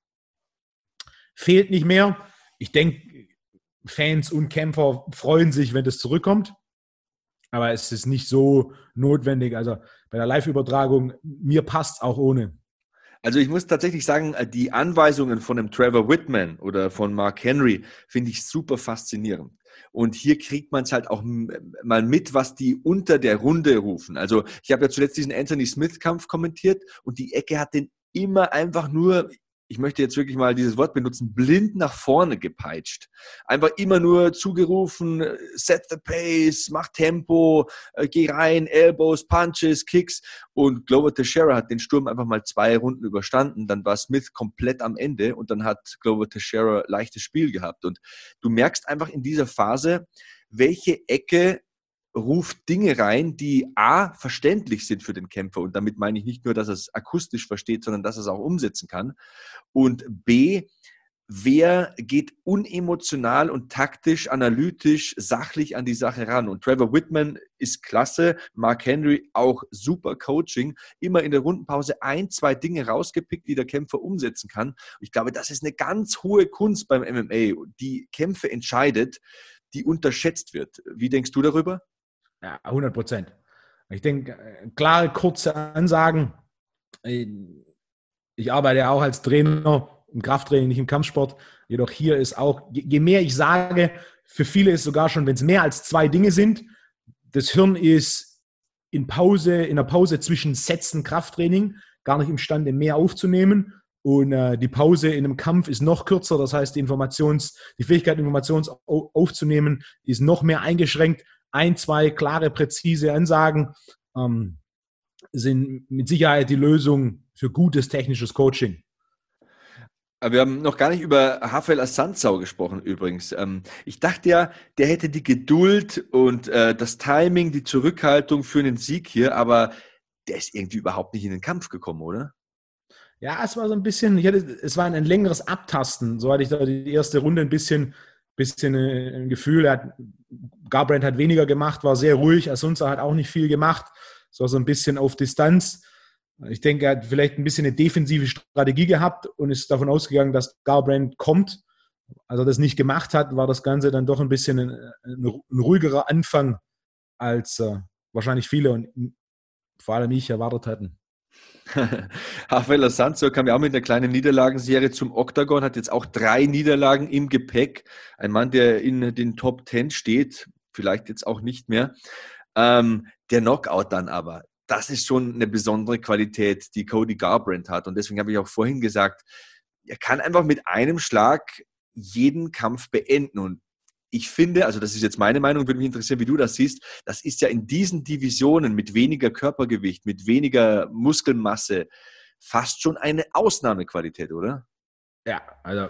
fehlt nicht mehr. Ich denke, Fans und Kämpfer freuen sich, wenn das zurückkommt. Aber es ist nicht so notwendig. Also bei der Live-Übertragung, mir passt es auch ohne. Also ich muss tatsächlich sagen, die Anweisungen von dem Trevor Whitman oder von Mark Henry finde ich super faszinierend. Und hier kriegt man es halt auch mal mit, was die unter der Runde rufen. Also ich habe ja zuletzt diesen Anthony Smith-Kampf kommentiert und die Ecke hat den immer einfach nur, ich möchte jetzt wirklich mal dieses Wort benutzen, blind nach vorne gepeitscht. Einfach immer nur zugerufen, set the pace, mach Tempo, geh rein, Elbows, Punches, Kicks. Und Glover Teixeira hat den Sturm einfach mal 2 Runden überstanden. Dann war Smith komplett am Ende und dann hat Glover Teixeira leichtes Spiel gehabt. Und du merkst einfach in dieser Phase, welche Ecke ruft Dinge rein, die A, verständlich sind für den Kämpfer. Und damit meine ich nicht nur, dass er es akustisch versteht, sondern dass er es auch umsetzen kann. Und B, wer geht unemotional und taktisch, analytisch, sachlich an die Sache ran. Und Trevor Whitman ist klasse, Mark Henry auch super Coaching, immer in der Rundenpause 1, 2 Dinge rausgepickt, die der Kämpfer umsetzen kann. Und ich glaube, das ist eine ganz hohe Kunst beim MMA, die Kämpfe entscheidet, die unterschätzt wird. Wie denkst du darüber? Ja, 100%. Ich denke, klare, kurze Ansagen. Ich arbeite ja auch als Trainer im Krafttraining, nicht im Kampfsport. Jedoch hier ist auch, je mehr ich sage, für viele ist sogar schon, wenn es mehr als 2 Dinge sind, das Hirn ist in der Pause zwischen Sätzen Krafttraining gar nicht imstande, mehr aufzunehmen. und die Pause in einem Kampf ist noch kürzer. Das heißt, die Fähigkeit, Informationen aufzunehmen, ist noch mehr eingeschränkt. 1, 2 klare, präzise Ansagen sind mit Sicherheit die Lösung für gutes technisches Coaching. Wir haben noch gar nicht über Rafael Assunção gesprochen übrigens. Ich dachte ja, der hätte die Geduld und das Timing, die Zurückhaltung für einen Sieg hier, aber der ist irgendwie überhaupt nicht in den Kampf gekommen, oder? Ja, es war so ein bisschen, es war ein längeres Abtasten. So hatte ich da die erste Runde ein bisschen ein Gefühl. Garbrandt hat weniger gemacht, war sehr ruhig. Assunção hat auch nicht viel gemacht. Es war so ein bisschen auf Distanz. Ich denke, er hat vielleicht ein bisschen eine defensive Strategie gehabt und ist davon ausgegangen, dass Garbrandt kommt. Als er das nicht gemacht hat, war das Ganze dann doch ein bisschen ein ruhigerer Anfang, als wahrscheinlich viele und vor allem ich erwartet hatten. Rafael Assunção kam ja auch mit einer kleinen Niederlagenserie zum Oktagon, hat jetzt auch 3 Niederlagen im Gepäck. Ein Mann, der in den Top 10 steht, vielleicht jetzt auch nicht mehr. Der Knockout dann aber, das ist schon eine besondere Qualität, die Cody Garbrandt hat. Und deswegen habe ich auch vorhin gesagt, er kann einfach mit einem Schlag jeden Kampf beenden. Und ich finde, also das ist jetzt meine Meinung, würde mich interessieren, wie du das siehst, das ist ja in diesen Divisionen mit weniger Körpergewicht, mit weniger Muskelmasse fast schon eine Ausnahmequalität, oder? Ja, also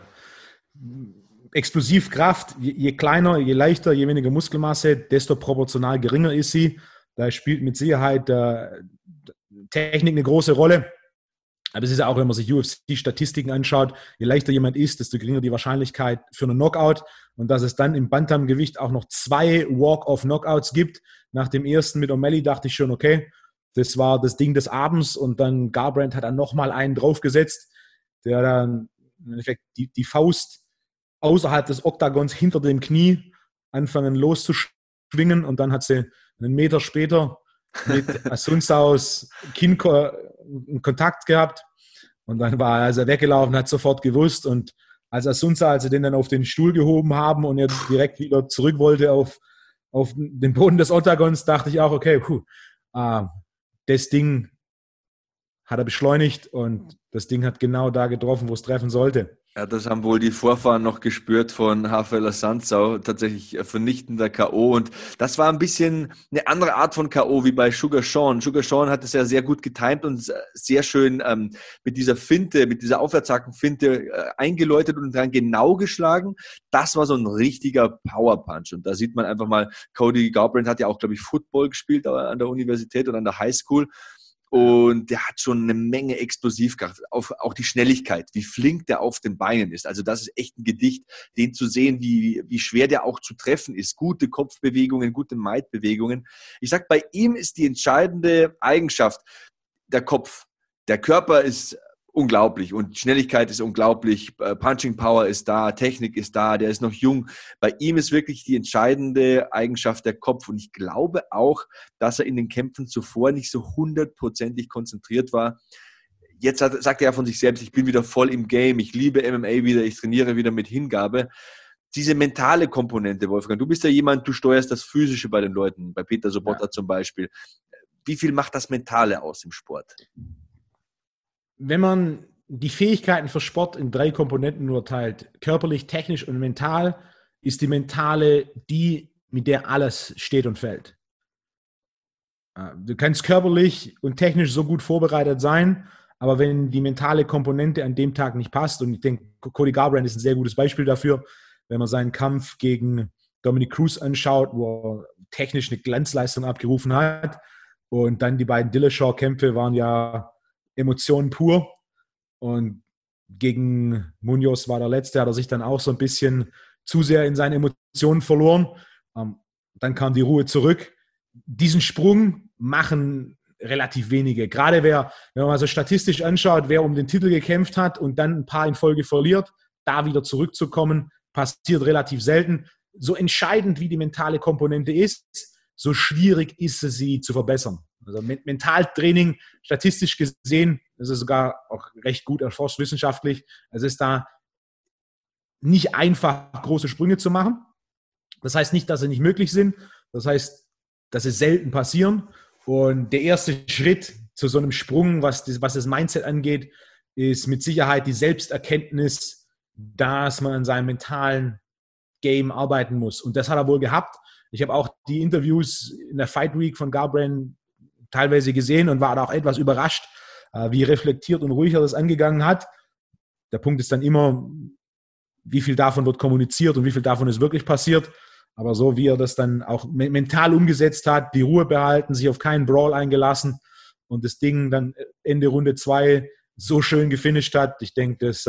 Explosivkraft, je kleiner, je leichter, je weniger Muskelmasse, desto proportional geringer ist sie. Da spielt mit Sicherheit Technik eine große Rolle. Aber es ist ja auch, wenn man sich UFC-Statistiken anschaut, je leichter jemand ist, desto geringer die Wahrscheinlichkeit für einen Knockout. Und dass es dann im Bantamgewicht auch noch 2 Walk-off-Knockouts gibt. Nach dem ersten mit O'Malley dachte ich schon, okay, das war das Ding des Abends. Und dann Garbrandt hat dann nochmal einen draufgesetzt, der dann im Endeffekt die Faust außerhalb des Oktagons hinter dem Knie anfangen loszuschwingen. Und dann hat sie einen Meter später mit Assunçãos Kinn Kontakt gehabt und dann war er, als er weggelaufen hat, sofort gewusst und als Assunção, als sie den dann auf den Stuhl gehoben haben und er direkt wieder zurück wollte auf den Boden des Oktagons, dachte ich auch, okay, das Ding hat er beschleunigt und das Ding hat genau da getroffen, wo es treffen sollte. Ja, das haben wohl die Vorfahren noch gespürt von Rafael Assunção, tatsächlich vernichtender K.O. Und das war ein bisschen eine andere Art von K.O. wie bei Sugar Sean. Sugar Sean hat es ja sehr gut getimt und sehr schön mit dieser Finte, mit dieser Aufwärtshaken-Finte eingeläutet und dann genau geschlagen. Das war so ein richtiger Power-Punch. Und da sieht man einfach mal, Cody Garbrandt hat ja auch, glaube ich, Football gespielt an der Universität oder an der Highschool. Und der hat schon eine Menge Explosivkraft, auch die Schnelligkeit, wie flink der auf den Beinen ist. Also das ist echt ein Gedicht, den zu sehen, wie schwer der auch zu treffen ist. Gute Kopfbewegungen, gute Maidbewegungen. Ich sag, bei ihm ist die entscheidende Eigenschaft der Kopf. Der Körper ist unglaublich und Schnelligkeit ist unglaublich, Punching Power ist da, Technik ist da, der ist noch jung. Bei ihm ist wirklich die entscheidende Eigenschaft der Kopf und ich glaube auch, dass er in den Kämpfen zuvor nicht so 100% konzentriert war. Jetzt sagt er ja von sich selbst, ich bin wieder voll im Game, ich liebe MMA wieder, ich trainiere wieder mit Hingabe. Diese mentale Komponente, Wolfgang, du bist ja jemand, du steuerst das Physische bei den Leuten, bei Peter Sobotta zum Beispiel. Wie viel macht das Mentale aus im Sport? Wenn man die Fähigkeiten für Sport in 3 Komponenten nur teilt, körperlich, technisch und mental, ist die mentale die, mit der alles steht und fällt. Du kannst körperlich und technisch so gut vorbereitet sein, aber wenn die mentale Komponente an dem Tag nicht passt, und ich denke, Cody Garbrandt ist ein sehr gutes Beispiel dafür, wenn man seinen Kampf gegen Dominick Cruz anschaut, wo er technisch eine Glanzleistung abgerufen hat, und dann die beiden Dillashaw-Kämpfe waren ja Emotionen pur und gegen Munoz war der letzte, hat er sich dann auch so ein bisschen zu sehr in seine Emotionen verloren. Dann kam die Ruhe zurück. Diesen Sprung machen relativ wenige. Gerade wenn man mal so statistisch anschaut, wer um den Titel gekämpft hat und dann ein paar in Folge verliert, da wieder zurückzukommen, passiert relativ selten. So entscheidend wie die mentale Komponente ist, so schwierig ist es, sie zu verbessern. Also Mentaltraining, statistisch gesehen, das ist sogar auch recht gut erforscht wissenschaftlich. Es ist da nicht einfach, große Sprünge zu machen. Das heißt nicht, dass sie nicht möglich sind. Das heißt, dass sie selten passieren. Und der erste Schritt zu so einem Sprung, was das Mindset angeht, ist mit Sicherheit die Selbsterkenntnis, dass man an seinem mentalen Game arbeiten muss. Und das hat er wohl gehabt. Ich habe auch die Interviews in der Fight Week von Garbrandt teilweise gesehen und war da auch etwas überrascht, wie reflektiert und ruhig er das angegangen hat. Der Punkt ist dann immer, wie viel davon wird kommuniziert und wie viel davon ist wirklich passiert. Aber so wie er das dann auch mental umgesetzt hat, die Ruhe behalten, sich auf keinen Brawl eingelassen und das Ding dann Ende Runde 2 so schön gefinisht hat. Ich denke, das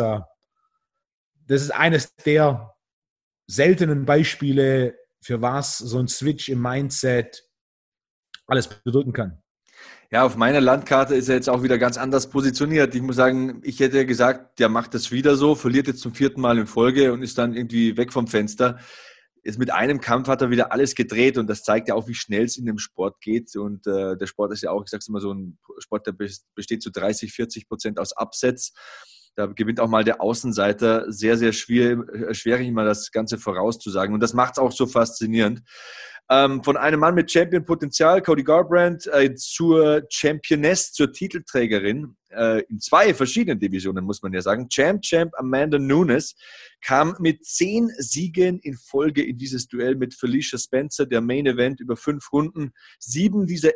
ist eines der seltenen Beispiele, für was so ein Switch im Mindset alles bewirken kann. Ja, auf meiner Landkarte ist er jetzt auch wieder ganz anders positioniert. Ich muss sagen, ich hätte gesagt, der macht das wieder so, verliert jetzt zum 4. Mal in Folge und ist dann irgendwie weg vom Fenster. Jetzt mit einem Kampf hat er wieder alles gedreht und das zeigt ja auch, wie schnell es in dem Sport geht. Und der Sport ist ja auch, ich sage es immer so, ein Sport, der besteht zu 30-40% aus Upsets. Da gewinnt auch mal der Außenseiter. Sehr, sehr schwierig mal das Ganze vorauszusagen. Und das macht es auch so faszinierend. Von einem Mann mit Champion-Potenzial, Cody Garbrandt, zur Championess, zur Titelträgerin, in 2 verschiedenen Divisionen, muss man ja sagen. Champ Amanda Nunes kam mit 10 Siegen in Folge in dieses Duell mit Felicia Spencer, der Main Event über 5 Runden. 7 dieser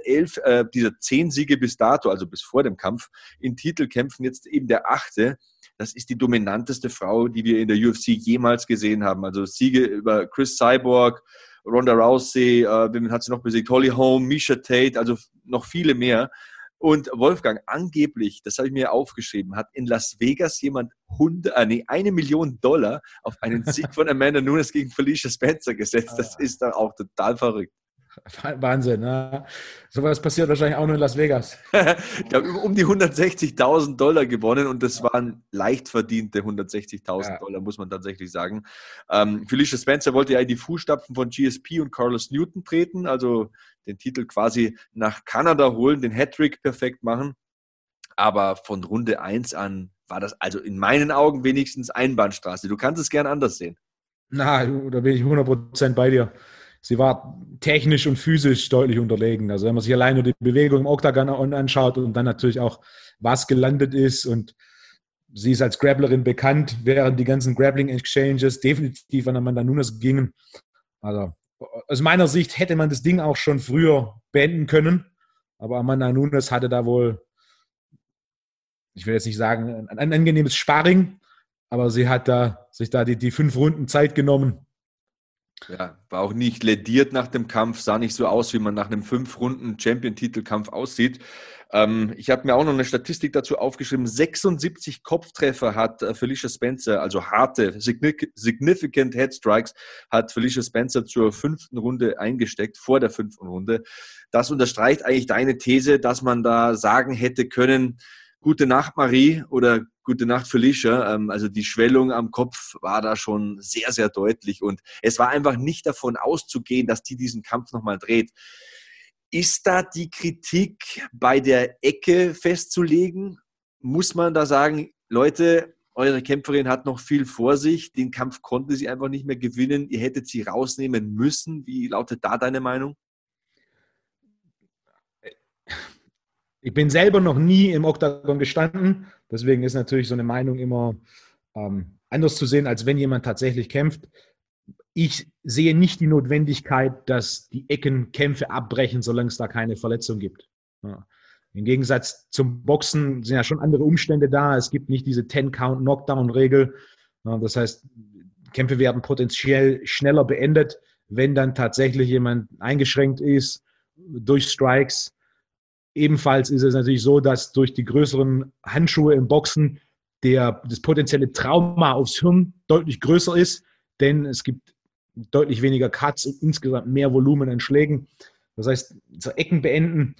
10 Siege bis dato, also bis vor dem Kampf, in Titelkämpfen, jetzt eben der 8. Das ist die dominanteste Frau, die wir in der UFC jemals gesehen haben. Also Siege über Chris Cyborg, Ronda Rousey, wen hat sie noch besiegt? Holly Holm, Miesha Tate, also noch viele mehr. Und Wolfgang, angeblich, das habe ich mir aufgeschrieben, hat in Las Vegas jemand $1 Million auf einen Sieg von Amanda Nunes gegen Felicia Spencer gesetzt. Das ist dann auch total verrückt. Wahnsinn, ne? Sowas passiert wahrscheinlich auch nur in Las Vegas. Ich glaube, um die $160.000 gewonnen und das waren leicht verdiente $160.000, muss man tatsächlich sagen. Felicia Spencer wollte ja in die Fußstapfen von GSP und Carlos Newton treten, also den Titel quasi nach Kanada holen, den Hattrick perfekt machen. Aber von Runde 1 an war das also in meinen Augen wenigstens Einbahnstraße. Du kannst es gern anders sehen. Na, da bin ich 100% bei dir. Sie war technisch und physisch deutlich unterlegen. Also wenn man sich allein nur die Bewegung im Oktagon anschaut und dann natürlich auch, was gelandet ist. Und sie ist als Grapplerin bekannt, während die ganzen Grappling-Exchanges definitiv an Amanda Nunes gingen. Also aus meiner Sicht hätte man das Ding auch schon früher beenden können. Aber Amanda Nunes hatte da wohl, ich will jetzt nicht sagen, ein angenehmes Sparring, aber sie hat sich da die 5 Runden Zeit genommen. Ja, war auch nicht lädiert nach dem Kampf, sah nicht so aus, wie man nach einem 5-Runden-Champion-Titelkampf aussieht. Ich habe mir auch noch eine Statistik dazu aufgeschrieben. 76 Kopftreffer hat Felicia Spencer, also harte, significant Headstrikes, hat Felicia Spencer zur 5. Runde eingesteckt, vor der 5. Runde. Das unterstreicht eigentlich deine These, dass man da sagen hätte können, Gute Nacht, Marie, oder Gute Nacht, Felicia. Also die Schwellung am Kopf war da schon sehr, sehr deutlich. Und es war einfach nicht davon auszugehen, dass die diesen Kampf nochmal dreht. Ist da die Kritik bei der Ecke festzulegen? Muss man da sagen, Leute, eure Kämpferin hat noch viel vor sich. Den Kampf konnte sie einfach nicht mehr gewinnen. Ihr hättet sie rausnehmen müssen. Wie lautet da deine Meinung? Ich bin selber noch nie im Oktagon gestanden, deswegen ist natürlich so eine Meinung immer anders zu sehen, als wenn jemand tatsächlich kämpft. Ich sehe nicht die Notwendigkeit, dass die Ecken Kämpfe abbrechen, solange es da keine Verletzung gibt. Ja. Im Gegensatz zum Boxen sind ja schon andere Umstände da. Es gibt nicht diese 10-Count-Knockdown-Regel. Ja, das heißt, Kämpfe werden potenziell schneller beendet, wenn dann tatsächlich jemand eingeschränkt ist durch Strikes. Ebenfalls ist es natürlich so, dass durch die größeren Handschuhe im Boxen das potenzielle Trauma aufs Hirn deutlich größer ist, denn es gibt deutlich weniger Cuts und insgesamt mehr Volumen an Schlägen. Das heißt, zur Ecken beenden.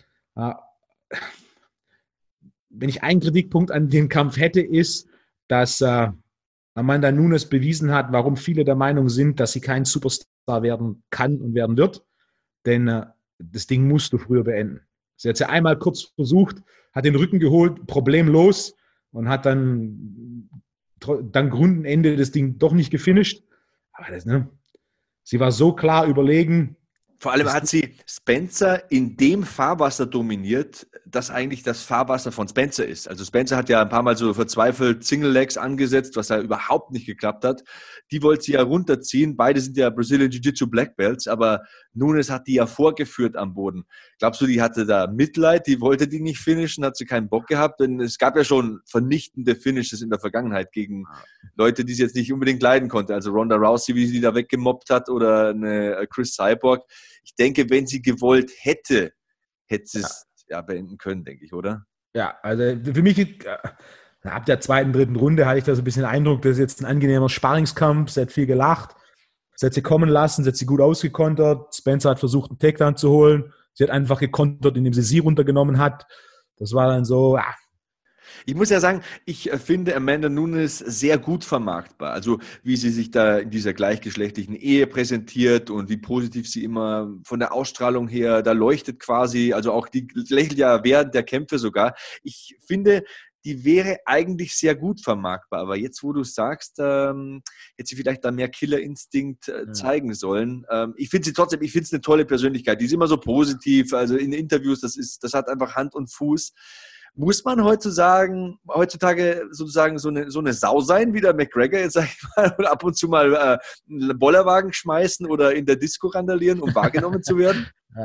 Wenn ich einen Kritikpunkt an dem Kampf hätte, ist, dass Amanda Nunes bewiesen hat, warum viele der Meinung sind, dass sie kein Superstar werden kann und werden wird. Denn das Ding musst du früher beenden. Sie hat es ja einmal kurz versucht, hat den Rücken geholt, problemlos, und hat dann dank Rundenende das Ding doch nicht gefinisht. Aber sie war so klar überlegen. Vor allem hat sie Spencer in dem Fahrwasser dominiert, das eigentlich das Fahrwasser von Spencer ist. Also Spencer hat ja ein paar Mal so verzweifelt Single Legs angesetzt, was ja überhaupt nicht geklappt hat. Die wollte sie ja runterziehen. Beide sind ja Brazilian Jiu-Jitsu Black Belts, aber Nunes hat die ja vorgeführt am Boden. Glaubst du, die hatte da Mitleid? Die wollte die nicht finishen? Hat sie keinen Bock gehabt? Denn es gab ja schon vernichtende Finishes in der Vergangenheit gegen Leute, die sie jetzt nicht unbedingt leiden konnte. Also Ronda Rousey, wie sie die da weggemobbt hat, oder eine Chris Cyborg. Ich denke, wenn sie gewollt hätte sie es beenden können, denke ich, oder? Ja, also für mich, ab der zweiten, dritten Runde hatte ich da so ein bisschen den Eindruck, das ist jetzt ein angenehmer Sparringskampf, sie hat viel gelacht, sie hat sie kommen lassen, sie hat sie gut ausgekontert, Spencer hat versucht, einen Takedown zu holen, sie hat einfach gekontert, indem sie runtergenommen hat. Das war dann so, Ich muss ja sagen, ich finde Amanda Nunes sehr gut vermarktbar. Also wie sie sich da in dieser gleichgeschlechtlichen Ehe präsentiert und wie positiv sie immer von der Ausstrahlung her da leuchtet quasi. Also auch die lächelt ja während der Kämpfe sogar. Ich finde, die wäre eigentlich sehr gut vermarktbar. Aber jetzt, wo du sagst, hätte sie vielleicht da mehr Killerinstinkt zeigen sollen. Ich finde sie trotzdem, ich finde es eine tolle Persönlichkeit. Die ist immer so positiv. Also in Interviews, das hat einfach Hand und Fuß. Muss man heutzutage sozusagen so eine Sau sein, wie der McGregor, jetzt sag ich mal, und ab und zu mal einen Bollerwagen schmeißen oder in der Disco randalieren, um wahrgenommen zu werden?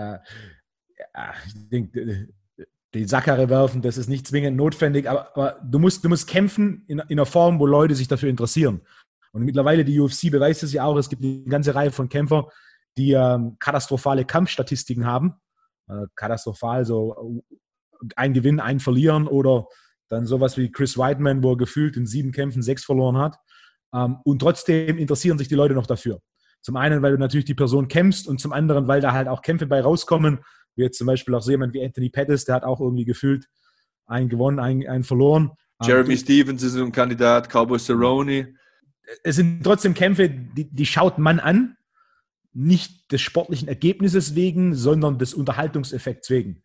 Ich denke, die Sackkarre werfen, das ist nicht zwingend notwendig, aber du musst kämpfen in einer Form, wo Leute sich dafür interessieren. Und mittlerweile, die UFC beweist es ja auch, es gibt eine ganze Reihe von Kämpfern, die katastrophale Kampfstatistiken haben. Katastrophal, so ein Gewinn, ein Verlieren, oder dann sowas wie Chris Weidman, wo er gefühlt in 7 Kämpfen 6 verloren hat. Und trotzdem interessieren sich die Leute noch dafür. Zum einen, weil du natürlich die Person kämpfst, und zum anderen, weil da halt auch Kämpfe bei rauskommen, wie jetzt zum Beispiel auch so jemand wie Anthony Pettis, der hat auch irgendwie gefühlt einen gewonnen, einen verloren. Jeremy Stevens ist ein Kandidat, Cowboy Cerrone. Es sind trotzdem Kämpfe, die schaut man an, nicht des sportlichen Ergebnisses wegen, sondern des Unterhaltungseffekts wegen.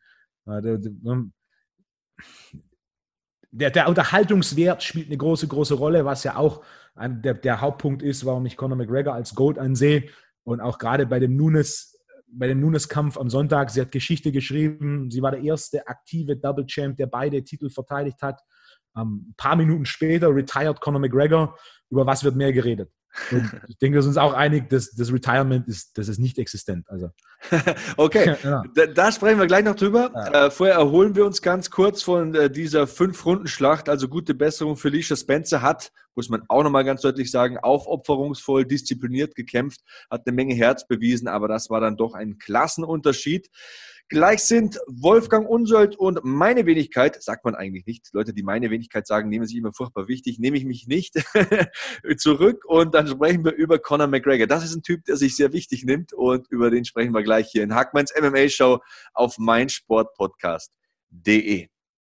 Der Unterhaltungswert spielt eine große, große Rolle, was ja auch der Hauptpunkt ist, warum ich Conor McGregor als GOAT ansehe. Und auch gerade bei dem Nunes-Kampf am Sonntag, sie hat Geschichte geschrieben. Sie war der erste aktive Double Champ, der beide Titel verteidigt hat. Ein paar Minuten später retired Conor McGregor. Über was wird mehr geredet? Und ich denke, wir sind uns auch einig, dass das Retirement ist nicht existent. Also. Okay, ja. Da sprechen wir gleich noch drüber. Ja. Vorher erholen wir uns ganz kurz von dieser 5-Runden-Schlacht. Also gute Besserung. Felicia Spencer hat, muss man auch nochmal ganz deutlich sagen, aufopferungsvoll, diszipliniert gekämpft, hat eine Menge Herz bewiesen, aber das war dann doch ein Klassenunterschied. Gleich sind Wolfgang Unsold und meine Wenigkeit, sagt man eigentlich nicht. Leute, die meine Wenigkeit sagen, nehmen sich immer furchtbar wichtig, nehme ich mich nicht zurück, und dann sprechen wir über Conor McGregor. Das ist ein Typ, der sich sehr wichtig nimmt, und über den sprechen wir gleich hier in Hackmanns MMA-Show auf meinsportpodcast.de.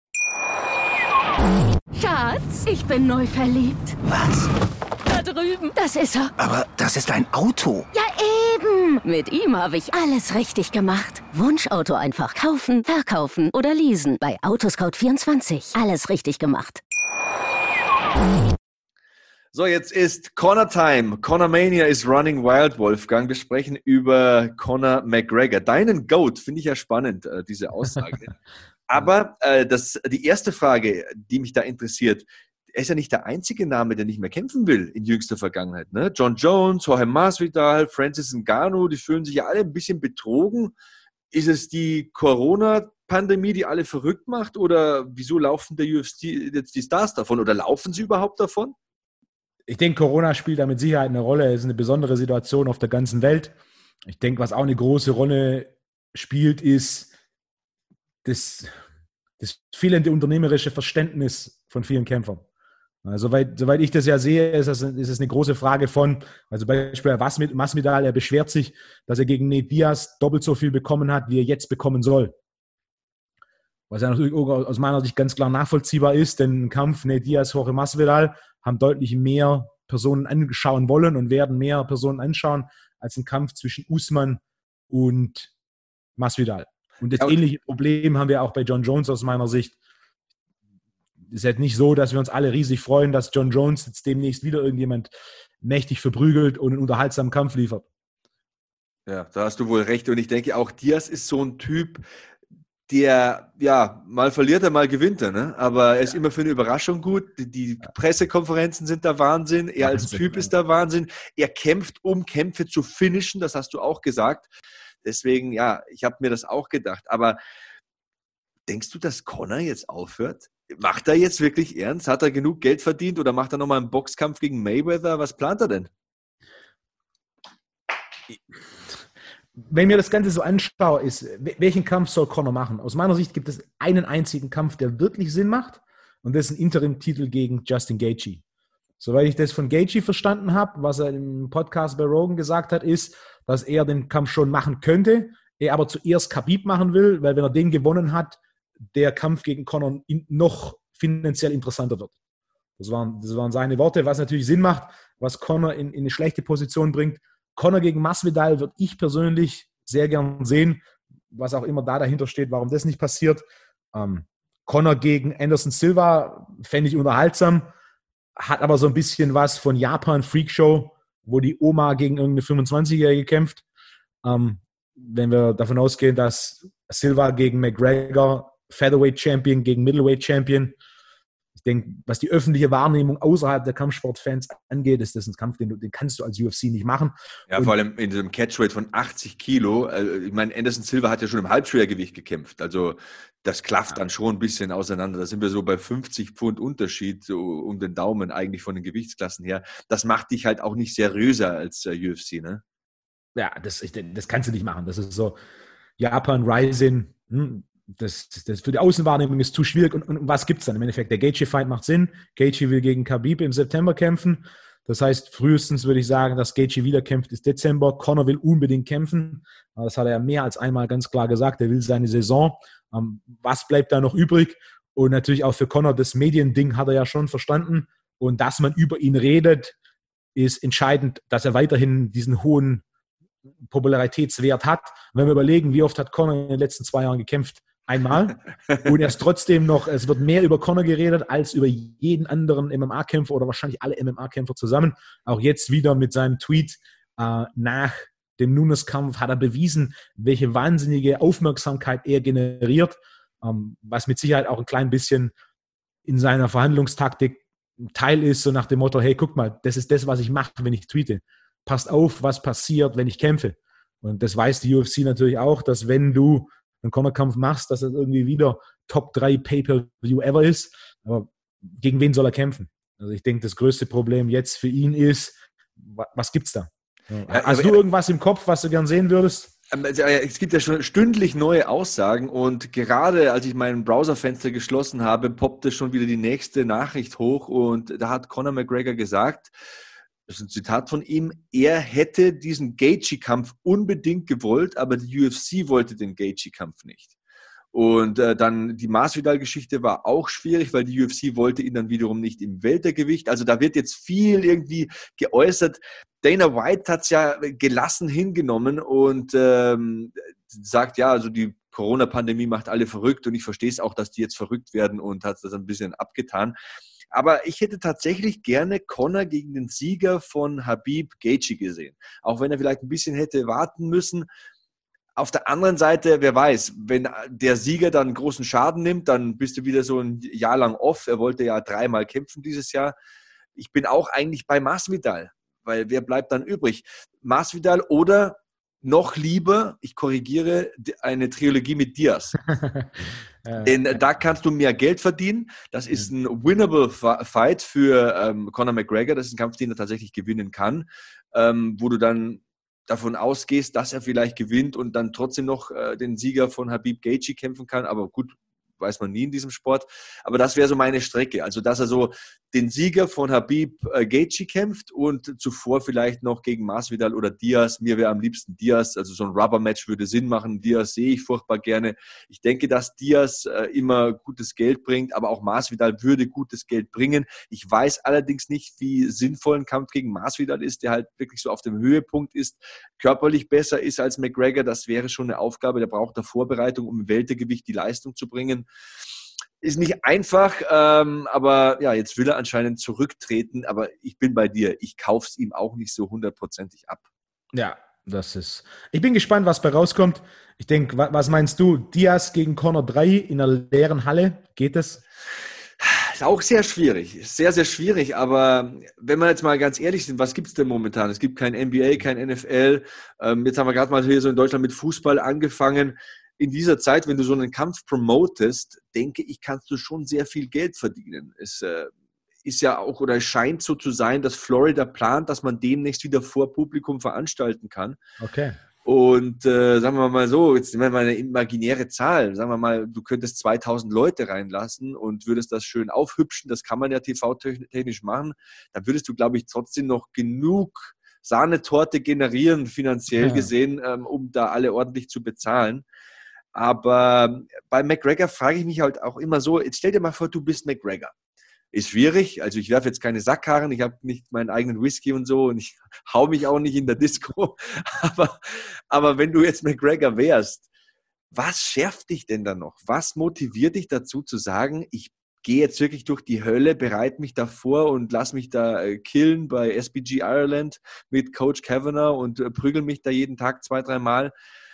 Schatz, ich bin neu verliebt. Was? Da drüben. Das ist er. Aber das ist ein Auto. Ja, eben. Mit ihm habe ich alles richtig gemacht. Wunschauto einfach kaufen, verkaufen oder leasen. Bei Autoscout24. Alles richtig gemacht. So, jetzt ist Conor Time. Conor Mania is running wild, Wolfgang. Wir sprechen über Conor McGregor. Deinen GOAT, finde ich ja spannend, diese Aussage. Aber die erste Frage, die mich da interessiert, er ist ja nicht der einzige Name, der nicht mehr kämpfen will in jüngster Vergangenheit. Ne? John Jones, Jorge Masvidal, Francis Ngannou, die fühlen sich ja alle ein bisschen betrogen. Ist es die Corona-Pandemie, die alle verrückt macht, oder wieso laufen der UFC jetzt die Stars davon, oder laufen sie überhaupt davon? Ich denke, Corona spielt da mit Sicherheit eine Rolle. Es ist eine besondere Situation auf der ganzen Welt. Ich denke, was auch eine große Rolle spielt, ist das fehlende unternehmerische Verständnis von vielen Kämpfern. Soweit ich das ja sehe, ist es eine große Frage von, also beispielsweise Masvidal, er beschwert sich, dass er gegen Nate Diaz doppelt so viel bekommen hat, wie er jetzt bekommen soll. Was ja natürlich aus meiner Sicht ganz klar nachvollziehbar ist, denn ein Kampf Nate Diaz, Jorge Masvidal haben deutlich mehr Personen anschauen wollen und werden mehr Personen anschauen als ein Kampf zwischen Usman und Masvidal. Und das ähnliche Problem haben wir auch bei John Jones aus meiner Sicht. Es ist halt nicht so, dass wir uns alle riesig freuen, dass John Jones jetzt demnächst wieder irgendjemand mächtig verprügelt und einen unterhaltsamen Kampf liefert. Ja, da hast du wohl recht. Und ich denke, auch Diaz ist so ein Typ, der, ja, mal verliert er, mal gewinnt er, ne? Aber er ist immer für eine Überraschung gut. Die Pressekonferenzen sind der Wahnsinn. Er als Typ ist der Wahnsinn. Er kämpft, um Kämpfe zu finishen, das hast du auch gesagt. Deswegen, ja, ich habe mir das auch gedacht. Aber denkst du, dass Conor jetzt aufhört? Macht er jetzt wirklich ernst? Hat er genug Geld verdient oder macht er nochmal einen Boxkampf gegen Mayweather? Was plant er denn? Wenn mir das Ganze so anschaue, ist, welchen Kampf soll Conor machen? Aus meiner Sicht gibt es einen einzigen Kampf, der wirklich Sinn macht, und das ist ein Interim-Titel gegen Justin Gaethje. Soweit ich das von Gaethje verstanden habe, was er im Podcast bei Rogan gesagt hat, ist, dass er den Kampf schon machen könnte, er aber zuerst Khabib machen will, weil wenn er den gewonnen hat, der Kampf gegen Conor noch finanziell interessanter wird. Das waren seine Worte, was natürlich Sinn macht, was Conor in eine schlechte Position bringt. Conor gegen Masvidal würde ich persönlich sehr gern sehen, was auch immer da dahinter steht, warum das nicht passiert. Conor gegen Anderson Silva fände ich unterhaltsam, hat aber so ein bisschen was von Japan Freakshow, wo die Oma gegen irgendeine 25-Jährige kämpft. Wenn wir davon ausgehen, dass Silva gegen McGregor, Featherweight Champion gegen Middleweight Champion, ich denke, was die öffentliche Wahrnehmung außerhalb der Kampfsportfans angeht, ist das ein Kampf, den kannst du als UFC nicht machen. Ja, und vor allem in diesem Catchweight von 80 Kilo. Ich meine, Anderson Silva hat ja schon im Halbschwergewicht gekämpft. Also das klafft dann schon ein bisschen auseinander. Da sind wir so bei 50 Pfund Unterschied, so um den Daumen eigentlich von den Gewichtsklassen her. Das macht dich halt auch nicht seriöser als UFC, ne? Ja, das kannst du nicht machen. Das ist so Japan, Rising, Das für die Außenwahrnehmung ist zu schwierig. Und was gibt es dann? Im Endeffekt, der Gaethje-Fight macht Sinn. Gaethje will gegen Khabib im September kämpfen. Das heißt, frühestens würde ich sagen, dass Gaethje wieder kämpft, ist Dezember. Conor will unbedingt kämpfen. Das hat er ja mehr als einmal ganz klar gesagt. Er will seine Saison. Was bleibt da noch übrig? Und natürlich auch für Conor, das Mediending hat er ja schon verstanden. Und dass man über ihn redet, ist entscheidend, dass er weiterhin diesen hohen Popularitätswert hat. Und wenn wir überlegen, wie oft hat Conor in den letzten 2 Jahren gekämpft? Einmal. Und er ist trotzdem noch, es wird mehr über Conor geredet als über jeden anderen MMA-Kämpfer oder wahrscheinlich alle MMA-Kämpfer zusammen. Auch jetzt wieder mit seinem Tweet nach dem Nunes-Kampf hat er bewiesen, welche wahnsinnige Aufmerksamkeit er generiert, was mit Sicherheit auch ein klein bisschen in seiner Verhandlungstaktik Teil ist, so nach dem Motto, hey, guck mal, das ist das, was ich mache, wenn ich tweete. Passt auf, was passiert, wenn ich kämpfe. Und das weiß die UFC natürlich auch, dass wenn du einen Conor-Kampf machst, dass das irgendwie wieder Top 3 Pay-Per-View ever ist. Aber gegen wen soll er kämpfen? Also ich denke, das größte Problem jetzt für ihn ist, was gibt's da? Ja, hast du irgendwas im Kopf, was du gern sehen würdest? Es gibt ja schon stündlich neue Aussagen und gerade als ich mein Browserfenster geschlossen habe, poppte schon wieder die nächste Nachricht hoch und da hat Conor McGregor gesagt, das ist ein Zitat von ihm, er hätte diesen Gaethje-Kampf unbedingt gewollt, aber die UFC wollte den Gaethje-Kampf nicht. Und dann die Masvidal-Geschichte war auch schwierig, weil die UFC wollte ihn dann wiederum nicht im Weltergewicht. Also da wird jetzt viel irgendwie geäußert. Dana White hat es ja gelassen hingenommen und sagt, ja, also die Corona-Pandemie macht alle verrückt und ich verstehe es auch, dass die jetzt verrückt werden und hat das ein bisschen abgetan. Aber ich hätte tatsächlich gerne Conor gegen den Sieger von Khabib Gaethje gesehen. Auch wenn er vielleicht ein bisschen hätte warten müssen. Auf der anderen Seite, wer weiß, wenn der Sieger dann großen Schaden nimmt, dann bist du wieder so ein Jahr lang off. Er wollte ja 3-mal kämpfen dieses Jahr. Ich bin auch eigentlich bei Masvidal, weil wer bleibt dann übrig? Masvidal oder noch lieber, ich korrigiere, eine Trilogie mit Diaz. Denn da kannst du mehr Geld verdienen. Das ist ein winnable Fight für Conor McGregor. Das ist ein Kampf, den er tatsächlich gewinnen kann, wo du dann davon ausgehst, dass er vielleicht gewinnt und dann trotzdem noch den Sieger von Khabib Gaethje kämpfen kann. Aber gut, weiß man nie in diesem Sport. Aber das wäre so meine Strecke. Also, dass er so den Sieger von Khabib Gaethje kämpft und zuvor vielleicht noch gegen Masvidal oder Diaz. Mir wäre am liebsten Diaz. Also so ein Rubber-Match würde Sinn machen. Diaz sehe ich furchtbar gerne. Ich denke, dass Diaz immer gutes Geld bringt, aber auch Masvidal würde gutes Geld bringen. Ich weiß allerdings nicht, wie sinnvoll ein Kampf gegen Masvidal ist, der halt wirklich so auf dem Höhepunkt ist, körperlich besser ist als McGregor. Das wäre schon eine Aufgabe. Der braucht da Vorbereitung, um im Weltergewicht die Leistung zu bringen. Ist nicht einfach, aber ja, jetzt will er anscheinend zurücktreten, aber ich bin bei dir. Ich kaufe es ihm auch nicht so 100%ig ab. Ja, Ich bin gespannt, was bei rauskommt. Ich denke, was meinst du? Diaz gegen Conor 3 in einer leeren Halle? Geht das? Ist auch sehr schwierig. Sehr, sehr schwierig. Aber wenn wir jetzt mal ganz ehrlich sind, was gibt es denn momentan? Es gibt kein NBA, kein NFL. Jetzt haben wir gerade mal hier so in Deutschland mit Fußball angefangen. In dieser Zeit, wenn du so einen Kampf promotest, denke ich, kannst du schon sehr viel Geld verdienen. Es ist ja auch, oder es scheint so zu sein, dass Florida plant, dass man demnächst wieder vor Publikum veranstalten kann. Okay. Und sagen wir mal so, jetzt nehmen wir mal eine imaginäre Zahl. Sagen wir mal, du könntest 2000 Leute reinlassen und würdest das schön aufhübschen. Das kann man ja TV-technisch machen. Dann würdest du, glaube ich, trotzdem noch genug Sahnetorte generieren, finanziell gesehen, um da alle ordentlich zu bezahlen. Aber bei McGregor frage ich mich halt auch immer so, jetzt stell dir mal vor, du bist McGregor. Ist schwierig, also ich werfe jetzt keine Sackkarren, ich habe nicht meinen eigenen Whisky und so und ich hau mich auch nicht in der Disco, aber wenn du jetzt McGregor wärst, was schärft dich denn da noch? Was motiviert dich dazu zu sagen, ich gehe jetzt wirklich durch die Hölle, bereite mich davor und lass mich da killen bei SBG Ireland mit Coach Kavanagh und prügel mich da jeden Tag 2-3 Mal,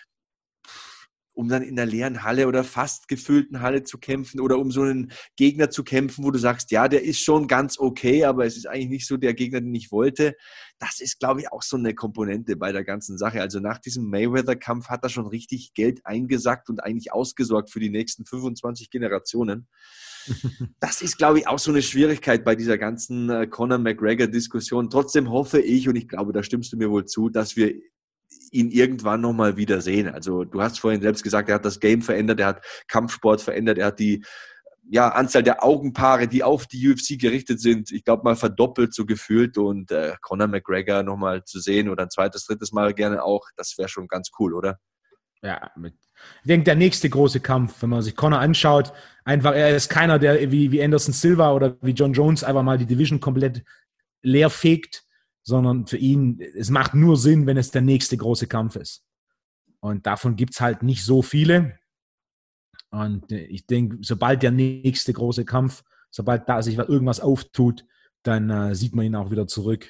um dann in der leeren Halle oder fast gefüllten Halle zu kämpfen oder um so einen Gegner zu kämpfen, wo du sagst, ja, der ist schon ganz okay, aber es ist eigentlich nicht so der Gegner, den ich wollte. Das ist, glaube ich, auch so eine Komponente bei der ganzen Sache. Also nach diesem Mayweather-Kampf hat er schon richtig Geld eingesackt und eigentlich ausgesorgt für die nächsten 25 Generationen. Das ist, glaube ich, auch so eine Schwierigkeit bei dieser ganzen Conor-McGregor-Diskussion. Trotzdem hoffe ich, und ich glaube, da stimmst du mir wohl zu, dass wir ihn irgendwann nochmal wieder sehen. Also du hast vorhin selbst gesagt, er hat das Game verändert, er hat Kampfsport verändert, er hat die Anzahl der Augenpaare, die auf die UFC gerichtet sind, ich glaube mal verdoppelt so gefühlt und Conor McGregor nochmal zu sehen oder ein zweites, drittes Mal gerne auch, das wäre schon ganz cool, oder? Ja, ich denke, der nächste große Kampf, wenn man sich Conor anschaut, einfach, er ist keiner, der wie Anderson Silva oder wie John Jones einfach mal die Division komplett leer fegt, sondern für ihn, es macht nur Sinn, wenn es der nächste große Kampf ist. Und davon gibt es halt nicht so viele. Und ich denke, sobald der nächste große Kampf, sobald da sich irgendwas auftut, dann sieht man ihn auch wieder zurück.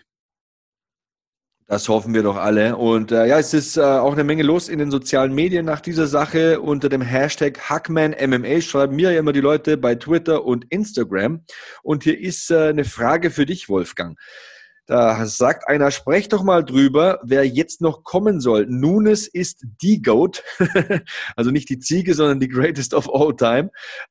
Das hoffen wir doch alle. Und es ist auch eine Menge los in den sozialen Medien nach dieser Sache. Unter dem Hashtag HackmanMMA schreiben mir ja immer die Leute bei Twitter und Instagram. Und hier ist eine Frage für dich, Wolfgang. Da sagt einer, sprech doch mal drüber, wer jetzt noch kommen soll. Nunes ist die GOAT, also nicht die Ziege, sondern die Greatest of All Time.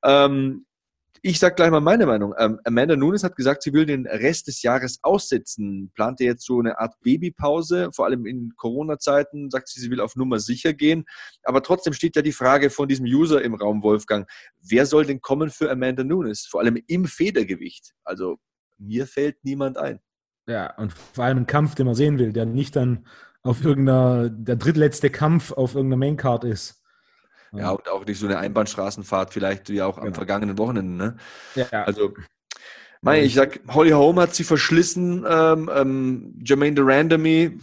Ich sage gleich mal meine Meinung. Amanda Nunes hat gesagt, sie will den Rest des Jahres aussitzen. Plant jetzt so eine Art Babypause, vor allem in Corona-Zeiten, sagt sie, sie will auf Nummer sicher gehen. Aber trotzdem steht ja die Frage von diesem User im Raum, Wolfgang, wer soll denn kommen für Amanda Nunes? Vor allem im Federgewicht. Also mir fällt niemand ein. Ja, und vor allem ein Kampf, den man sehen will, der nicht dann auf der drittletzte Kampf auf irgendeiner Maincard ist. Ja, und auch nicht so eine Einbahnstraßenfahrt vielleicht wie auch am vergangenen Wochenende. Ne? Ja. Also, ich sag, Holly Holm hat sie verschlissen, Jermaine Durandamy,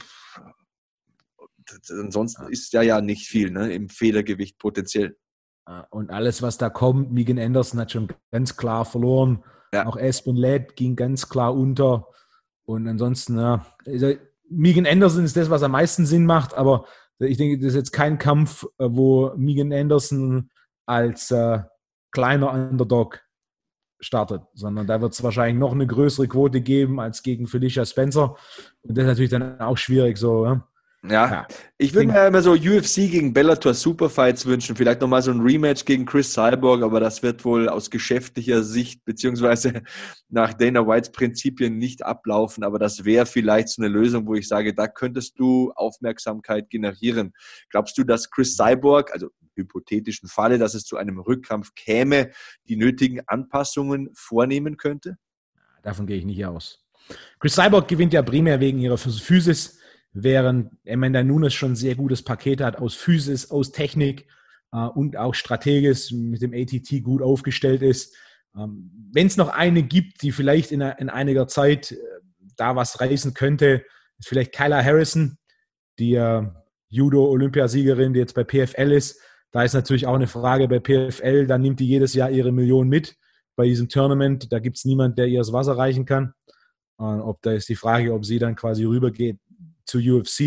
ansonsten ist ja nicht viel, ne, im Federgewicht potenziell. Und alles, was da kommt, Megan Anderson hat schon ganz klar verloren. Ja. Auch Aspen Ladd ging ganz klar unter. Und ansonsten, also Megan Anderson ist das, was am meisten Sinn macht, aber ich denke, das ist jetzt kein Kampf, wo Megan Anderson als kleiner Underdog startet, sondern da wird es wahrscheinlich noch eine größere Quote geben als gegen Felicia Spencer. Und das ist natürlich dann auch schwierig so. Ja. Ich würde mir immer so UFC gegen Bellator Superfights wünschen, vielleicht nochmal so ein Rematch gegen Chris Cyborg, aber das wird wohl aus geschäftlicher Sicht beziehungsweise nach Dana Whites Prinzipien nicht ablaufen, aber das wäre vielleicht so eine Lösung, wo ich sage, da könntest du Aufmerksamkeit generieren. Glaubst du, dass Chris Cyborg, also im hypothetischen Falle, dass es zu einem Rückkampf käme, die nötigen Anpassungen vornehmen könnte? Davon gehe ich nicht aus. Chris Cyborg gewinnt ja primär wegen ihrer Physis, während Amanda Nunes schon ein sehr gutes Paket hat aus Physis, aus Technik und auch strategisch mit dem ATT gut aufgestellt ist. Wenn es noch eine gibt, die vielleicht in einiger Zeit da was reißen könnte, ist vielleicht Kyla Harrison, die Judo-Olympiasiegerin, die jetzt bei PFL ist. Da ist natürlich auch eine Frage bei PFL, da nimmt die jedes Jahr ihre Million mit bei diesem Tournament. Da gibt es niemanden, der ihr das Wasser reichen kann. Da ist die Frage, ob sie dann quasi rübergeht zu UFC.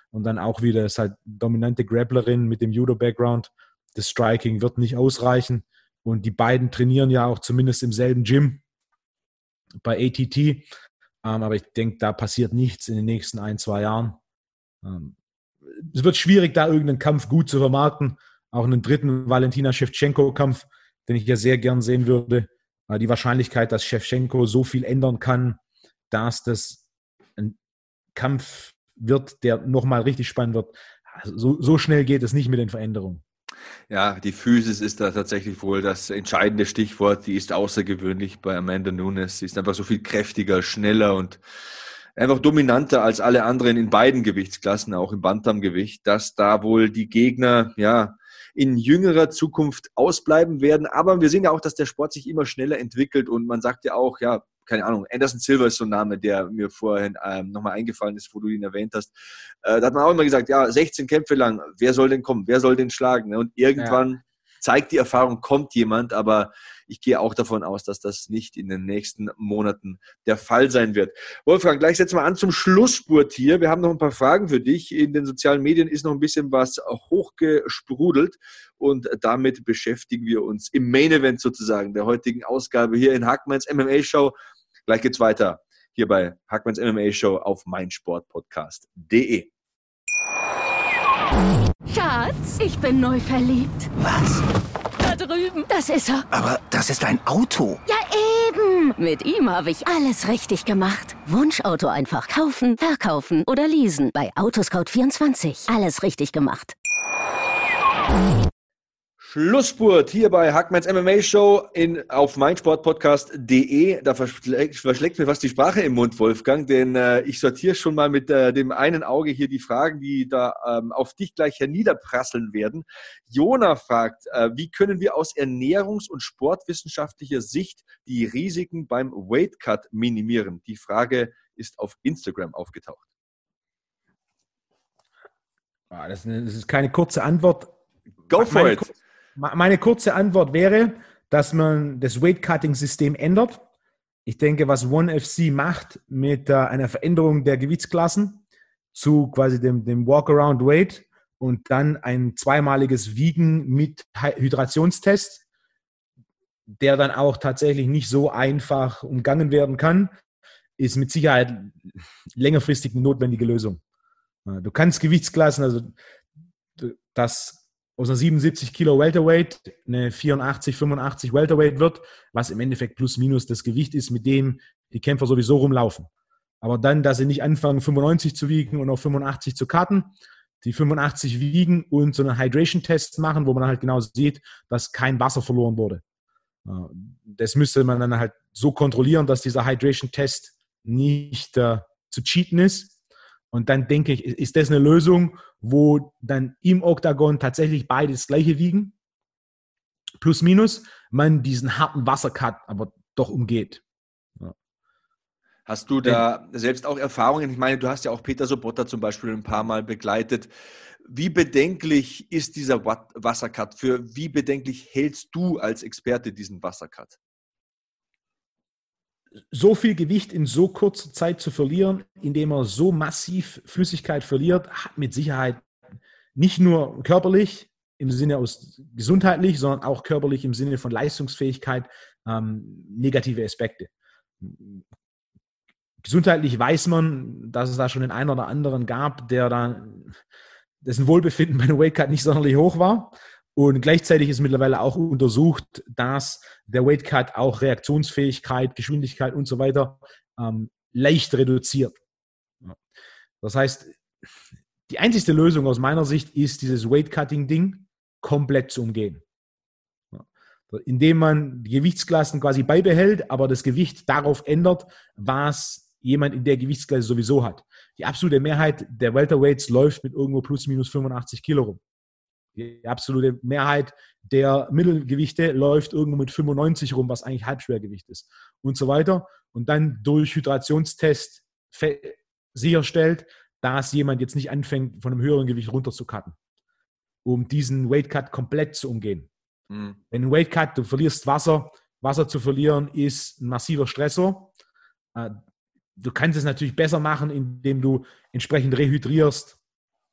Und dann auch wieder ist halt dominante Grapplerin mit dem Judo-Background. Das Striking wird nicht ausreichen. Und die beiden trainieren ja auch zumindest im selben Gym bei ATT. Aber ich denke, da passiert nichts in den nächsten 1-2 Jahren. Es wird schwierig, da irgendeinen Kampf gut zu vermarkten. Auch einen dritten Valentina Shevchenko-Kampf, den ich ja sehr gern sehen würde. Die Wahrscheinlichkeit, dass Shevchenko so viel ändern kann, dass das ein Kampf wird, der nochmal richtig spannend wird. Also so schnell geht es nicht mit den Veränderungen. Ja, die Physis ist da tatsächlich wohl das entscheidende Stichwort. Die ist außergewöhnlich bei Amanda Nunes. Sie ist einfach so viel kräftiger, schneller und einfach dominanter als alle anderen in beiden Gewichtsklassen, auch im Bantamgewicht, dass da wohl die Gegner, ja, in jüngerer Zukunft ausbleiben werden. Aber wir sehen ja auch, dass der Sport sich immer schneller entwickelt und man sagt ja auch, ja, keine Ahnung, Anderson Silva ist so ein Name, der mir vorhin nochmal eingefallen ist, wo du ihn erwähnt hast. Da hat man auch immer gesagt, ja, 16 Kämpfe lang, wer soll denn kommen, wer soll denn schlagen? Und irgendwann zeigt die Erfahrung, kommt jemand, aber ich gehe auch davon aus, dass das nicht in den nächsten Monaten der Fall sein wird. Wolfgang, gleich setzen wir an zum Schlussspurt hier. Wir haben noch ein paar Fragen für dich. In den sozialen Medien ist noch ein bisschen was hochgesprudelt und damit beschäftigen wir uns im Main Event sozusagen der heutigen Ausgabe hier in Hackmanns MMA Show. Gleich geht's weiter hier bei Hackmanns MMA Show auf meinsportpodcast.de. Schatz, ich bin neu verliebt. Was? Da drüben. Das ist er. Aber das ist ein Auto. Ja, eben. Mit ihm habe ich alles richtig gemacht. Wunschauto einfach kaufen, verkaufen oder leasen. Bei Autoscout24. Alles richtig gemacht. Schlussspurt hier bei Hackmanns MMA Show auf meinsportpodcast.de. Da verschlägt mir fast die Sprache im Mund, Wolfgang, denn ich sortiere schon mal mit dem einen Auge hier die Fragen, die da auf dich gleich herniederprasseln werden. Jona fragt, wie können wir aus ernährungs- und sportwissenschaftlicher Sicht die Risiken beim Weight Cut minimieren? Die Frage ist auf Instagram aufgetaucht. Das ist keine kurze Antwort. Go for it! Meine kurze Antwort wäre, dass man das Weight-Cutting-System ändert. Ich denke, was ONE FC macht mit einer Veränderung der Gewichtsklassen zu quasi dem Walk-Around-Weight und dann ein zweimaliges Wiegen mit Hydrationstest, der dann auch tatsächlich nicht so einfach umgangen werden kann, ist mit Sicherheit längerfristig eine notwendige Lösung. Du kannst Gewichtsklassen, also das aus einer 77 Kilo Welterweight eine 84, 85 Welterweight wird, was im Endeffekt plus minus das Gewicht ist, mit dem die Kämpfer sowieso rumlaufen. Aber dann, dass sie nicht anfangen, 95 zu wiegen und auf 85 zu cutten, die 85 wiegen und so einen Hydration-Test machen, wo man halt genau sieht, dass kein Wasser verloren wurde. Das müsste man dann halt so kontrollieren, dass dieser Hydration-Test nicht zu cheaten ist. Und dann denke ich, ist das eine Lösung, wo dann im Oktagon tatsächlich beide das Gleiche wiegen, plus minus, man diesen harten Wassercut aber doch umgeht. Ja. Hast du da selbst auch Erfahrungen? Ich meine, du hast ja auch Peter Sobotta zum Beispiel ein paar Mal begleitet. Wie bedenklich ist dieser Wassercut? Für wie bedenklich hältst du als Experte diesen Wassercut? So viel Gewicht in so kurzer Zeit zu verlieren, indem er so massiv Flüssigkeit verliert, hat mit Sicherheit nicht nur körperlich im Sinne aus gesundheitlich, sondern auch körperlich im Sinne von Leistungsfähigkeit negative Aspekte. Gesundheitlich weiß man, dass es da schon den einen oder anderen gab, dessen Wohlbefinden bei einem Weightcut nicht sonderlich hoch war. Und gleichzeitig ist mittlerweile auch untersucht, dass der Weightcut auch Reaktionsfähigkeit, Geschwindigkeit und so weiter leicht reduziert. Das heißt, die einzige Lösung aus meiner Sicht ist, dieses Weightcutting-Ding komplett zu umgehen. Indem man die Gewichtsklassen quasi beibehält, aber das Gewicht darauf ändert, was jemand in der Gewichtsklasse sowieso hat. Die absolute Mehrheit der Welterweights läuft mit irgendwo plus minus 85 Kilo rum. Die absolute Mehrheit der Mittelgewichte läuft irgendwo mit 95 rum, was eigentlich Halbschwergewicht ist und so weiter. Und dann durch Hydrationstest sicherstellt, dass jemand jetzt nicht anfängt, von einem höheren Gewicht runter zu cutten, um diesen Weightcut komplett zu umgehen. Wenn ein Weightcut, du verlierst Wasser. Wasser zu verlieren ist ein massiver Stressor. Du kannst es natürlich besser machen, indem du entsprechend rehydrierst,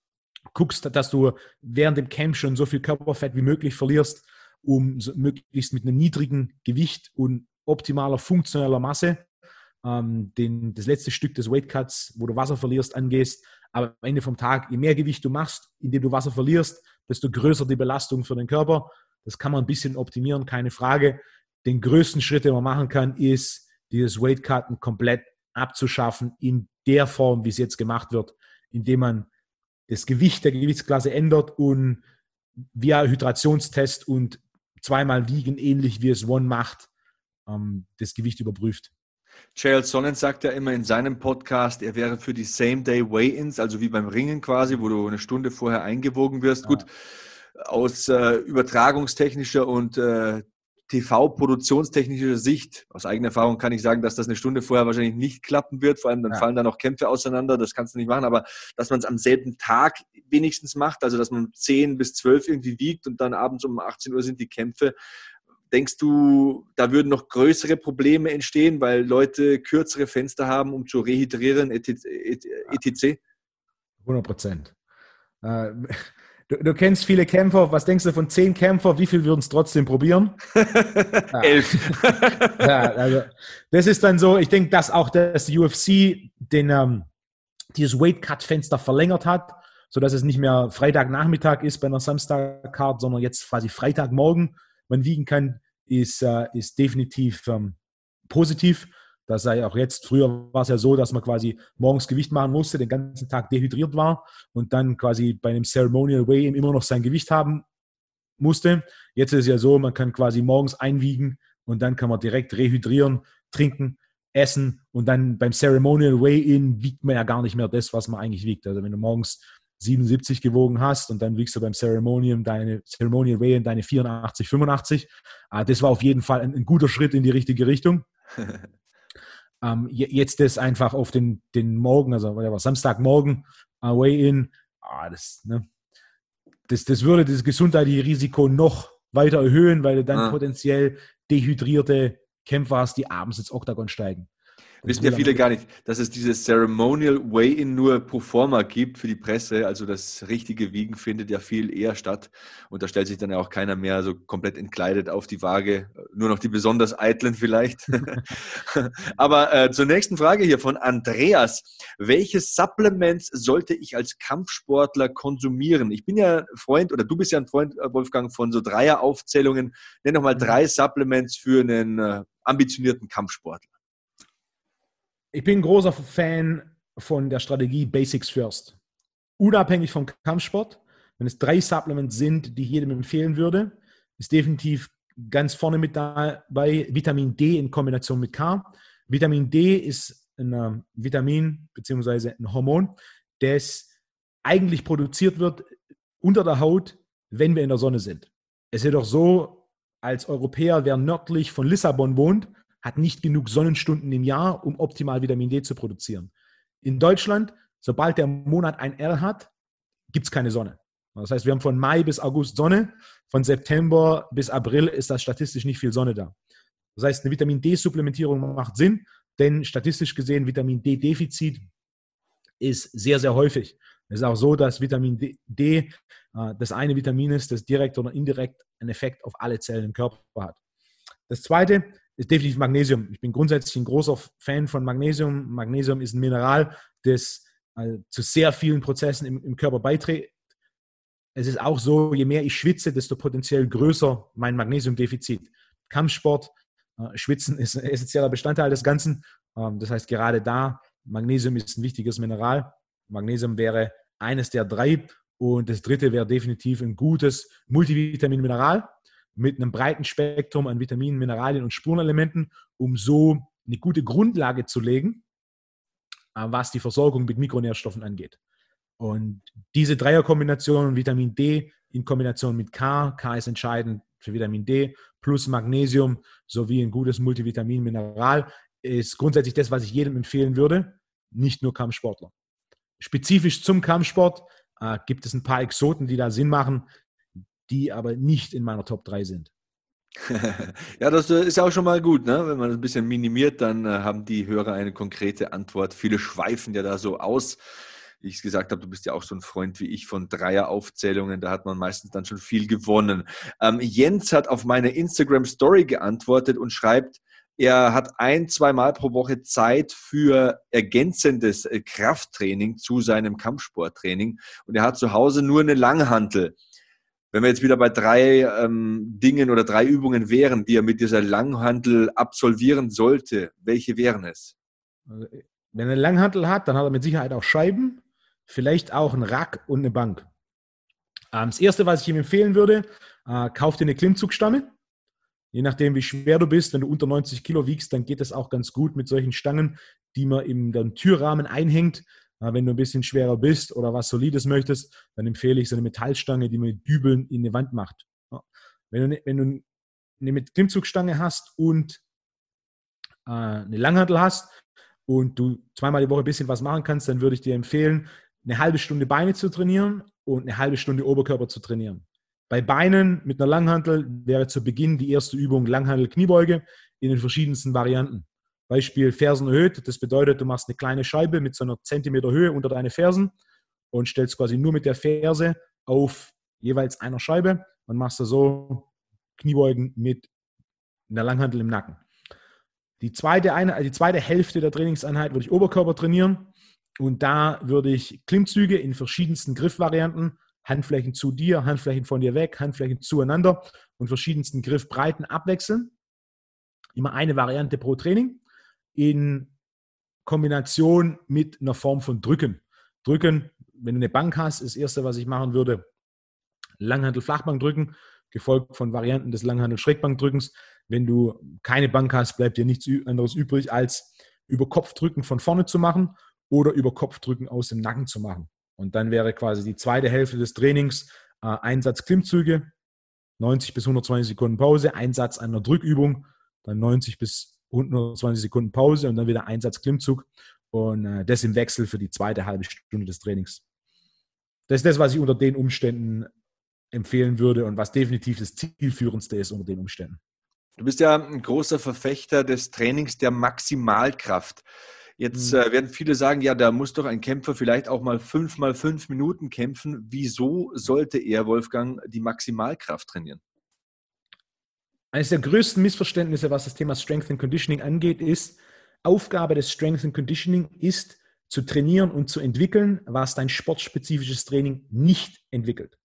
guckst, dass du während dem Camp schon so viel Körperfett wie möglich verlierst, um möglichst mit einem niedrigen Gewicht und optimaler funktioneller Masse das letzte Stück des Weight Cuts, wo du Wasser verlierst, angehst. Aber am Ende vom Tag, je mehr Gewicht du machst, indem du Wasser verlierst, desto größer die Belastung für den Körper. Das kann man ein bisschen optimieren, keine Frage. Den größten Schritt, den man machen kann, ist, dieses Weight Cutten komplett abzuschaffen in der Form, wie es jetzt gemacht wird, indem man das Gewicht der Gewichtsklasse ändert und via Hydrationstest und zweimal wiegen, ähnlich wie es One macht, das Gewicht überprüft. Chael Sonnen sagt ja immer in seinem Podcast, er wäre für die Same-Day-Weigh-Ins, also wie beim Ringen quasi, wo du eine Stunde vorher eingewogen wirst. Ja. Gut, aus übertragungstechnischer und TV-produktionstechnischer Sicht, aus eigener Erfahrung kann ich sagen, dass das eine Stunde vorher wahrscheinlich nicht klappen wird, vor allem dann fallen da noch Kämpfe auseinander, das kannst du nicht machen, aber dass man es am selben Tag wenigstens macht, also dass man 10 bis 12 irgendwie wiegt und dann abends um 18 Uhr sind die Kämpfe. Denkst du, da würden noch größere Probleme entstehen, weil Leute kürzere Fenster haben, um zu rehydrieren, etc.? 100%. Du kennst viele Kämpfer. Was denkst du von 10 Kämpfer? Wie viel würden es trotzdem probieren? 11. Also das ist dann so, ich denke, dass auch das UFC dieses Weight-Cut-Fenster verlängert hat, sodass es nicht mehr Freitagnachmittag ist bei einer Samstag-Card, sondern jetzt quasi Freitagmorgen man wiegen kann, ist definitiv positiv. Das sei auch jetzt, früher war es ja so, dass man quasi morgens Gewicht machen musste, den ganzen Tag dehydriert war und dann quasi bei einem Ceremonial Weigh-In immer noch sein Gewicht haben musste. Jetzt ist es ja so, man kann quasi morgens einwiegen und dann kann man direkt rehydrieren, trinken, essen und dann beim Ceremonial Weigh-In wiegt man ja gar nicht mehr das, was man eigentlich wiegt. Also wenn du morgens 77 gewogen hast und dann wiegst du beim Ceremonial Weigh-In deine 84, 85. Das war auf jeden Fall ein guter Schritt in die richtige Richtung. Jetzt das einfach auf den Morgen, also Samstagmorgen Weigh-In, das würde das gesundheitliche Risiko noch weiter erhöhen, weil du dann potenziell dehydrierte Kämpfer hast, die abends ins Oktagon steigen. Wissen ja viele gar nicht, dass es dieses Ceremonial Weigh-In nur pro forma gibt für die Presse. Also das richtige Wiegen findet ja viel eher statt. Und da stellt sich dann ja auch keiner mehr so komplett entkleidet auf die Waage. Nur noch die besonders Eitlen vielleicht. Aber zur nächsten Frage hier von Andreas. Welche Supplements sollte ich als Kampfsportler konsumieren? Ich bin ja Freund, oder du bist ja ein Freund, Wolfgang, von so Dreieraufzählungen. Nenn doch mal 3 Supplements für einen ambitionierten Kampfsportler. Ich bin ein großer Fan von der Strategie Basics First. Unabhängig vom Kampfsport, wenn es 3 Supplements sind, die ich jedem empfehlen würde, ist definitiv ganz vorne mit dabei Vitamin D in Kombination mit K. Vitamin D ist ein Vitamin bzw. ein Hormon, das eigentlich produziert wird unter der Haut, wenn wir in der Sonne sind. Es ist jedoch so, als Europäer, wer nördlich von Lissabon wohnt, hat nicht genug Sonnenstunden im Jahr, um optimal Vitamin D zu produzieren. In Deutschland, sobald der Monat ein R hat, gibt es keine Sonne. Das heißt, wir haben von Mai bis August Sonne, von September bis April ist da statistisch nicht viel Sonne da. Das heißt, eine Vitamin D-Supplementierung macht Sinn, denn statistisch gesehen Vitamin D-Defizit ist sehr, sehr häufig. Es ist auch so, dass Vitamin D das eine Vitamin ist, das direkt oder indirekt einen Effekt auf alle Zellen im Körper hat. Das zweite ist definitiv Magnesium. Ich bin grundsätzlich ein großer Fan von Magnesium. Magnesium ist ein Mineral, das zu sehr vielen Prozessen im Körper beiträgt. Es ist auch so, je mehr ich schwitze, desto potenziell größer mein Magnesiumdefizit. Kampfsport, Schwitzen ist ein essentieller Bestandteil des Ganzen. Das heißt, gerade da, Magnesium ist ein wichtiges Mineral. Magnesium wäre eines der 3. Und das dritte wäre definitiv ein gutes Multivitamin-Mineral mit einem breiten Spektrum an Vitaminen, Mineralien und Spurenelementen, um so eine gute Grundlage zu legen, was die Versorgung mit Mikronährstoffen angeht. Und diese Dreierkombination, Vitamin D in Kombination mit K ist entscheidend für Vitamin D, plus Magnesium sowie ein gutes Multivitamin-Mineral, ist grundsätzlich das, was ich jedem empfehlen würde, nicht nur Kampfsportler. Spezifisch zum Kampfsport gibt es ein paar Exoten, die da Sinn machen, die aber nicht in meiner Top 3 sind. Ja, das ist auch schon mal gut, ne? Wenn man das ein bisschen minimiert, dann haben die Hörer eine konkrete Antwort. Viele schweifen ja da so aus. ich gesagt habe, du bist ja auch so ein Freund wie ich von Dreieraufzählungen, da hat man meistens dann schon viel gewonnen. Jens hat auf meine Instagram-Story geantwortet und schreibt, er hat 1-2 Mal pro Woche Zeit für ergänzendes Krafttraining zu seinem Kampfsporttraining und er hat zu Hause nur eine Langhantel. Wenn wir jetzt wieder bei 3 Dingen oder 3 Übungen wären, die er mit dieser Langhantel absolvieren sollte, welche wären es? Also, wenn er eine Langhantel hat, dann hat er mit Sicherheit auch Scheiben, vielleicht auch ein Rack und eine Bank. Das Erste, was ich ihm empfehlen würde, kauf dir eine Klimmzugstange. Je nachdem, wie schwer du bist, wenn du unter 90 Kilo wiegst, dann geht es auch ganz gut mit solchen Stangen, die man in den Türrahmen einhängt. Wenn du ein bisschen schwerer bist oder was Solides möchtest, dann empfehle ich so eine Metallstange, die man mit Dübeln in die Wand macht. Wenn du eine Klimmzugstange hast und eine Langhantel hast und du 2-mal die Woche ein bisschen was machen kannst, dann würde ich dir empfehlen, eine halbe Stunde Beine zu trainieren und eine halbe Stunde Oberkörper zu trainieren. Bei Beinen mit einer Langhantel wäre zu Beginn die erste Übung Langhantel-Kniebeuge in den verschiedensten Varianten. Beispiel Fersen erhöht, das bedeutet, du machst eine kleine Scheibe mit so einer Zentimeter Höhe unter deine Fersen und stellst quasi nur mit der Ferse auf jeweils einer Scheibe und machst da so Kniebeugen mit einer Langhantel im Nacken. Die zweite Hälfte der Trainingseinheit würde ich Oberkörper trainieren und da würde ich Klimmzüge in verschiedensten Griffvarianten, Handflächen zu dir, Handflächen von dir weg, Handflächen zueinander und verschiedensten Griffbreiten abwechseln. Immer eine Variante pro Training in Kombination mit einer Form von Drücken. Drücken, wenn du eine Bank hast, ist das Erste, was ich machen würde, Langhantel-Flachbankdrücken, gefolgt von Varianten des Langhantel-Schrägbankdrückens. Wenn du keine Bank hast, bleibt dir nichts anderes übrig, als über Kopfdrücken von vorne zu machen oder über Kopfdrücken aus dem Nacken zu machen. Und dann wäre quasi die zweite Hälfte des Trainings Einsatz Klimmzüge, 90 bis 120 Sekunden Pause, Einsatz einer Drückübung, dann 90 bis 120 Sekunden Pause und dann wieder Einsatz Klimmzug und das im Wechsel für die zweite halbe Stunde des Trainings. Das ist das, was ich unter den Umständen empfehlen würde und was definitiv das zielführendste ist unter den Umständen. Du bist ja ein großer Verfechter des Trainings der Maximalkraft. Jetzt werden viele sagen, ja, da muss doch ein Kämpfer vielleicht auch mal 5 mal 5 Minuten kämpfen. Wieso sollte er, Wolfgang, die Maximalkraft trainieren? Eines der größten Missverständnisse, was das Thema Strength and Conditioning angeht, ist, Aufgabe des Strength and Conditioning ist, zu trainieren und zu entwickeln, was dein sportspezifisches Training nicht entwickelt.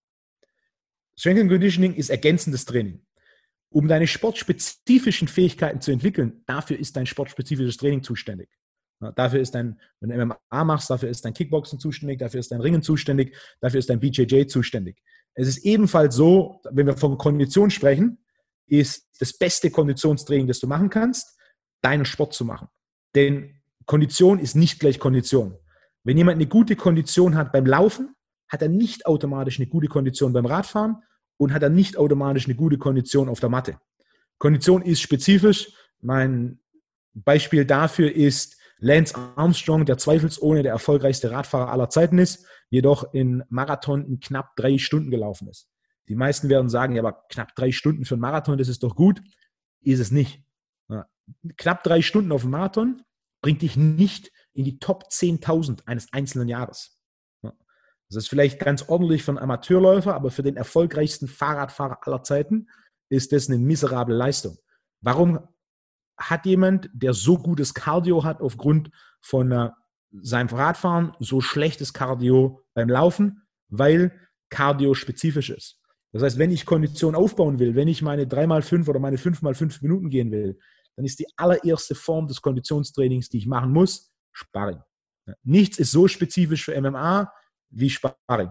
Strength and Conditioning ist ergänzendes Training. Um deine sportspezifischen Fähigkeiten zu entwickeln, dafür ist dein sportspezifisches Training zuständig. Dafür ist wenn du MMA machst, dafür ist dein Kickboxen zuständig, dafür ist dein Ringen zuständig, dafür ist dein BJJ zuständig. Es ist ebenfalls so, wenn wir von Kondition sprechen, ist das beste Konditionstraining, das du machen kannst, deinen Sport zu machen. Denn Kondition ist nicht gleich Kondition. Wenn jemand eine gute Kondition hat beim Laufen, hat er nicht automatisch eine gute Kondition beim Radfahren und hat er nicht automatisch eine gute Kondition auf der Matte. Kondition ist spezifisch. Mein Beispiel dafür ist Lance Armstrong, der zweifelsohne der erfolgreichste Radfahrer aller Zeiten ist, jedoch in Marathon in knapp 3 Stunden gelaufen ist. Die meisten werden sagen, ja, aber knapp 3 Stunden für einen Marathon, das ist doch gut. Ist es nicht. Ja, knapp 3 Stunden auf dem Marathon bringt dich nicht in die Top 10.000 eines einzelnen Jahres. Ja, das ist vielleicht ganz ordentlich für einen Amateurläufer, aber für den erfolgreichsten Fahrradfahrer aller Zeiten ist das eine miserable Leistung. Warum hat jemand, der so gutes Cardio hat aufgrund von seinem Radfahren, so schlechtes Cardio beim Laufen? Weil Cardio spezifisch ist. Das heißt, wenn ich Kondition aufbauen will, wenn ich meine 3x5 oder meine 5x5 Minuten gehen will, dann ist die allererste Form des Konditionstrainings, die ich machen muss, Sparring. Nichts ist so spezifisch für MMA wie Sparring.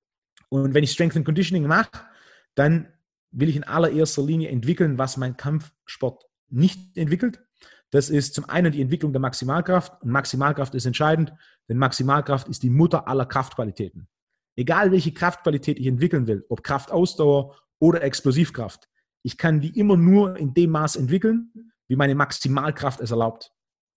Und wenn ich Strength and Conditioning mache, dann will ich in allererster Linie entwickeln, was mein Kampfsport nicht entwickelt. Das ist zum einen die Entwicklung der Maximalkraft. Und Maximalkraft ist entscheidend, denn Maximalkraft ist die Mutter aller Kraftqualitäten. Egal welche Kraftqualität ich entwickeln will, ob Kraftausdauer oder Explosivkraft, ich kann die immer nur in dem Maß entwickeln, wie meine Maximalkraft es erlaubt.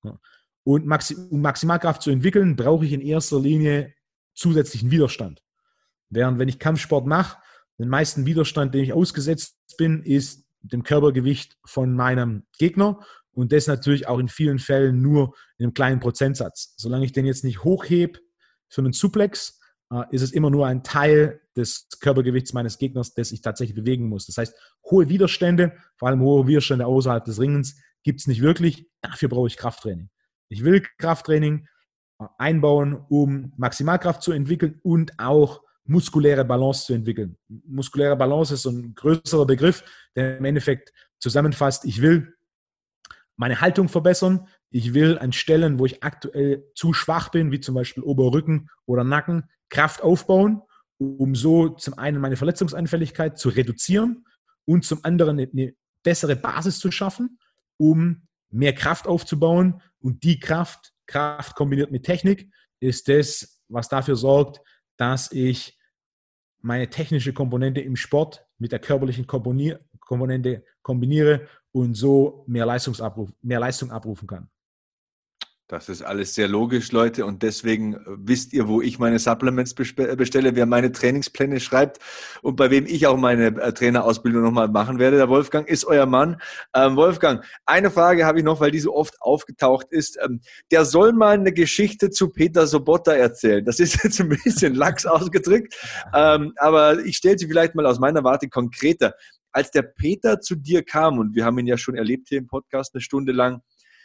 Und um Maximalkraft zu entwickeln, brauche ich in erster Linie zusätzlichen Widerstand. Während wenn ich Kampfsport mache, den meisten Widerstand, dem ich ausgesetzt bin, ist dem Körpergewicht von meinem Gegner und das natürlich auch in vielen Fällen nur in einem kleinen Prozentsatz. Solange ich den jetzt nicht hochhebe, für einen Suplex ist es immer nur ein Teil des Körpergewichts meines Gegners, das ich tatsächlich bewegen muss. Das heißt, hohe Widerstände, vor allem hohe Widerstände außerhalb des Ringens, gibt es nicht wirklich. Dafür brauche ich Krafttraining. Ich will Krafttraining einbauen, um Maximalkraft zu entwickeln und auch muskuläre Balance zu entwickeln. Muskuläre Balance ist so ein größerer Begriff, der im Endeffekt zusammenfasst, ich will meine Haltung verbessern, ich will an Stellen, wo ich aktuell zu schwach bin, wie zum Beispiel Oberrücken oder Nacken, Kraft aufbauen, um so zum einen meine Verletzungsanfälligkeit zu reduzieren und zum anderen eine bessere Basis zu schaffen, um mehr Kraft aufzubauen. Und die Kraft kombiniert mit Technik, ist das, was dafür sorgt, dass ich meine technische Komponente im Sport mit der körperlichen Komponente kombiniere und so mehr Leistung abrufen kann. Das ist alles sehr logisch, Leute, und deswegen wisst ihr, wo ich meine Supplements bestelle, wer meine Trainingspläne schreibt und bei wem ich auch meine Trainerausbildung nochmal machen werde. Der Wolfgang ist euer Mann. Wolfgang, eine Frage habe ich noch, weil die so oft aufgetaucht ist. Der soll mal eine Geschichte zu Peter Sobotta erzählen. Das ist jetzt ein bisschen lax ausgedrückt, aber ich stelle sie vielleicht mal aus meiner Warte konkreter. Als der Peter zu dir kam, und wir haben ihn ja schon erlebt hier im Podcast eine Stunde lang,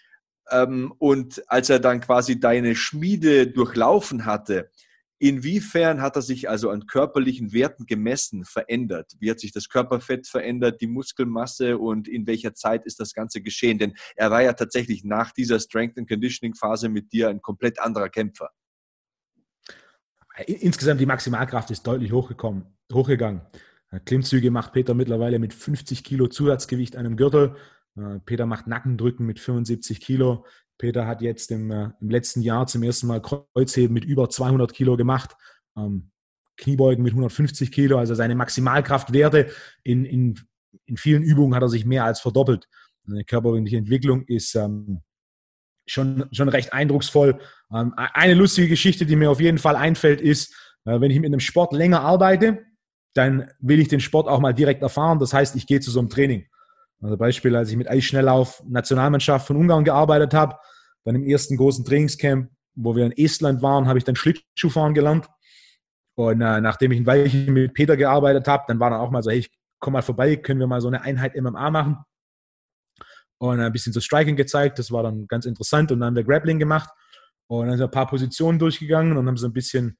und als er dann quasi deine Schmiede durchlaufen hatte, inwiefern hat er sich also an körperlichen Werten gemessen verändert? Wie hat sich das Körperfett verändert, die Muskelmasse, und in welcher Zeit ist das Ganze geschehen? Denn er war ja tatsächlich nach dieser Strength and Conditioning Phase mit dir ein komplett anderer Kämpfer. Insgesamt die Maximalkraft ist deutlich hochgegangen. Klimmzüge macht Peter mittlerweile mit 50 Kilo Zusatzgewicht an einem Gürtel. Peter macht Nackendrücken mit 75 Kilo. Peter hat jetzt im letzten Jahr zum ersten Mal Kreuzheben mit über 200 Kilo gemacht. Kniebeugen mit 150 Kilo. Also seine Maximalkraftwerte in vielen Übungen hat er sich mehr als verdoppelt. Seine körperliche Entwicklung ist schon recht eindrucksvoll. Eine lustige Geschichte, die mir auf jeden Fall einfällt, ist, wenn ich mit einem Sport länger arbeite, dann will ich den Sport auch mal direkt erfahren. Das heißt, ich gehe zu so einem Training. Also Beispiel, als ich mit Eisschnelllauf Nationalmannschaft von Ungarn gearbeitet habe, dann im ersten großen Trainingscamp, wo wir in Estland waren, habe ich dann Schlittschuhfahren gelernt. Und nachdem ich ein Weilchen mit Peter gearbeitet habe, dann war dann auch mal so, hey, ich komm mal vorbei, können wir mal so eine Einheit MMA machen? Und ein bisschen so Striking gezeigt, das war dann ganz interessant. Und dann haben wir Grappling gemacht und dann sind wir ein paar Positionen durchgegangen und haben so ein bisschen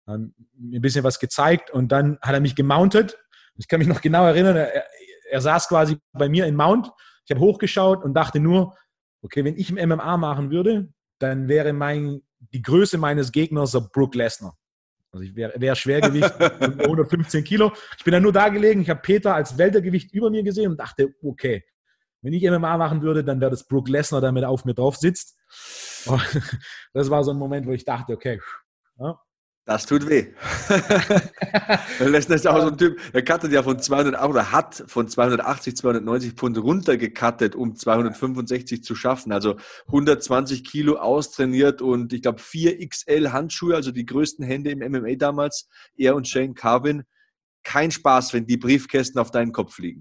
was gezeigt. Und dann hat er mich gemountet. Ich kann mich noch genau erinnern, er saß quasi bei mir in Mount. Ich habe hochgeschaut und dachte nur, okay, wenn ich im MMA machen würde, dann wäre die Größe meines Gegners so Brock Lesnar. Also ich wäre Schwergewicht, 115 Kilo. Ich bin dann nur da gelegen, ich habe Peter als Weltergewicht über mir gesehen und dachte, okay, wenn ich MMA machen würde, dann wäre das Brock Lesnar, der auf mir drauf sitzt. Und das war so ein Moment, wo ich dachte, okay, ja. Das tut weh. Lesnar ist auch so ein Typ, der cuttet ja hat von 280, 290 Pfund runtergecuttet, um 265 zu schaffen. Also 120 Kilo austrainiert und ich glaube 4 XL Handschuhe, also die größten Hände im MMA damals. Er und Shane Carwin. Kein Spaß, wenn die Briefkästen auf deinen Kopf fliegen.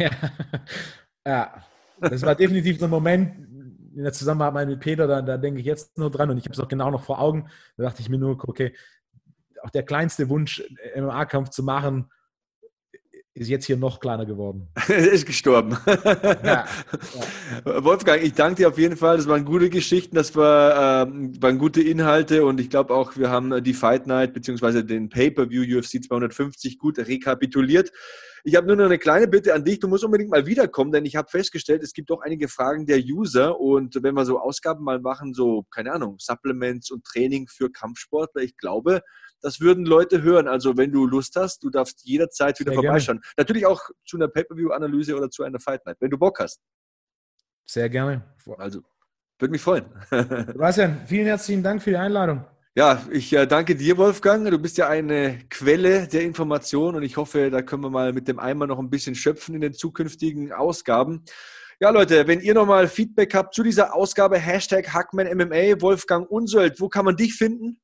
Ja, das war definitiv so ein Moment in der Zusammenarbeit mit Peter, da denke ich jetzt nur dran und ich habe es auch genau noch vor Augen. Da dachte ich mir nur, okay, auch der kleinste Wunsch, MMA-Kampf zu machen, ist jetzt hier noch kleiner geworden. Er ist gestorben. Ja. Wolfgang, ich danke dir auf jeden Fall. Das waren gute Geschichten, das waren gute Inhalte und ich glaube auch, wir haben die Fight Night bzw. den Pay-Per-View UFC 250 gut rekapituliert. Ich habe nur noch eine kleine Bitte an dich. Du musst unbedingt mal wiederkommen, denn ich habe festgestellt, es gibt doch einige Fragen der User und wenn wir so Ausgaben mal machen, so, keine Ahnung, Supplements und Training für Kampfsportler, ich glaube, das würden Leute hören. Also wenn du Lust hast, du darfst jederzeit wieder vorbeischauen. Natürlich auch zu einer Pay-Per-View-Analyse oder zu einer Fight Night, wenn du Bock hast. Sehr gerne. Also, würde mich freuen. Sebastian, vielen herzlichen Dank für die Einladung. Ja, ich danke dir, Wolfgang. Du bist ja eine Quelle der Information und ich hoffe, da können wir mal mit dem Eimer noch ein bisschen schöpfen in den zukünftigen Ausgaben. Ja, Leute, wenn ihr nochmal Feedback habt zu dieser Ausgabe, #HackmanMMA, Wolfgang Unsöld, wo kann man dich finden?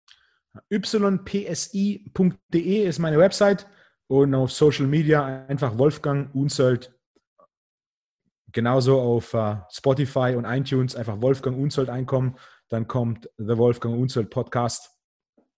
ypsi.de ist meine Website und auf Social Media einfach Wolfgang Unsöld. Genauso auf Spotify und iTunes einfach Wolfgang Unsöld einkommen. Dann kommt The Wolfgang Unsöld Podcast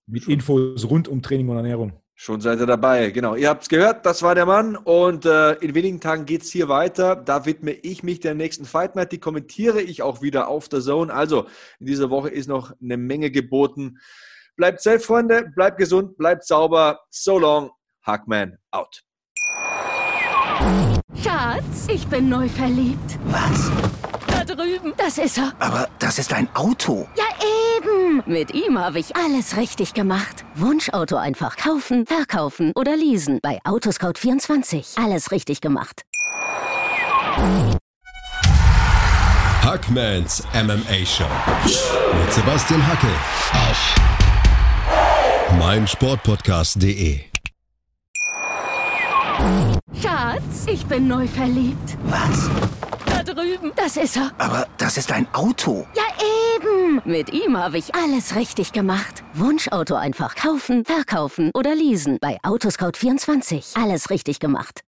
Mit Infos rund um Training und Ernährung. Schon seid ihr dabei, genau. Ihr habt es gehört, das war der Mann und in wenigen Tagen geht es hier weiter. Da widme ich mich der nächsten Fight Night, die kommentiere ich auch wieder auf der Zone. Also in dieser Woche ist noch eine Menge geboten. Bleibt safe, Freunde, bleibt gesund, bleibt sauber. So long, Hackman out. Schatz, ich bin neu verliebt. Was? Da drüben. Das ist er. Aber das ist ein Auto. Ja, eben. Mit ihm habe ich alles richtig gemacht. Wunschauto einfach kaufen, verkaufen oder leasen. Bei Autoscout24. Alles richtig gemacht. Hackmans MMA Show mit Sebastian Hacke auf meinsportpodcast.de. Schatz, ich bin neu verliebt. Was? Da drüben. Das ist er. Aber das ist ein Auto. Ja, eben. Mit ihm habe ich alles richtig gemacht. Wunschauto einfach kaufen, verkaufen oder leasen. Bei Autoscout24. Alles richtig gemacht.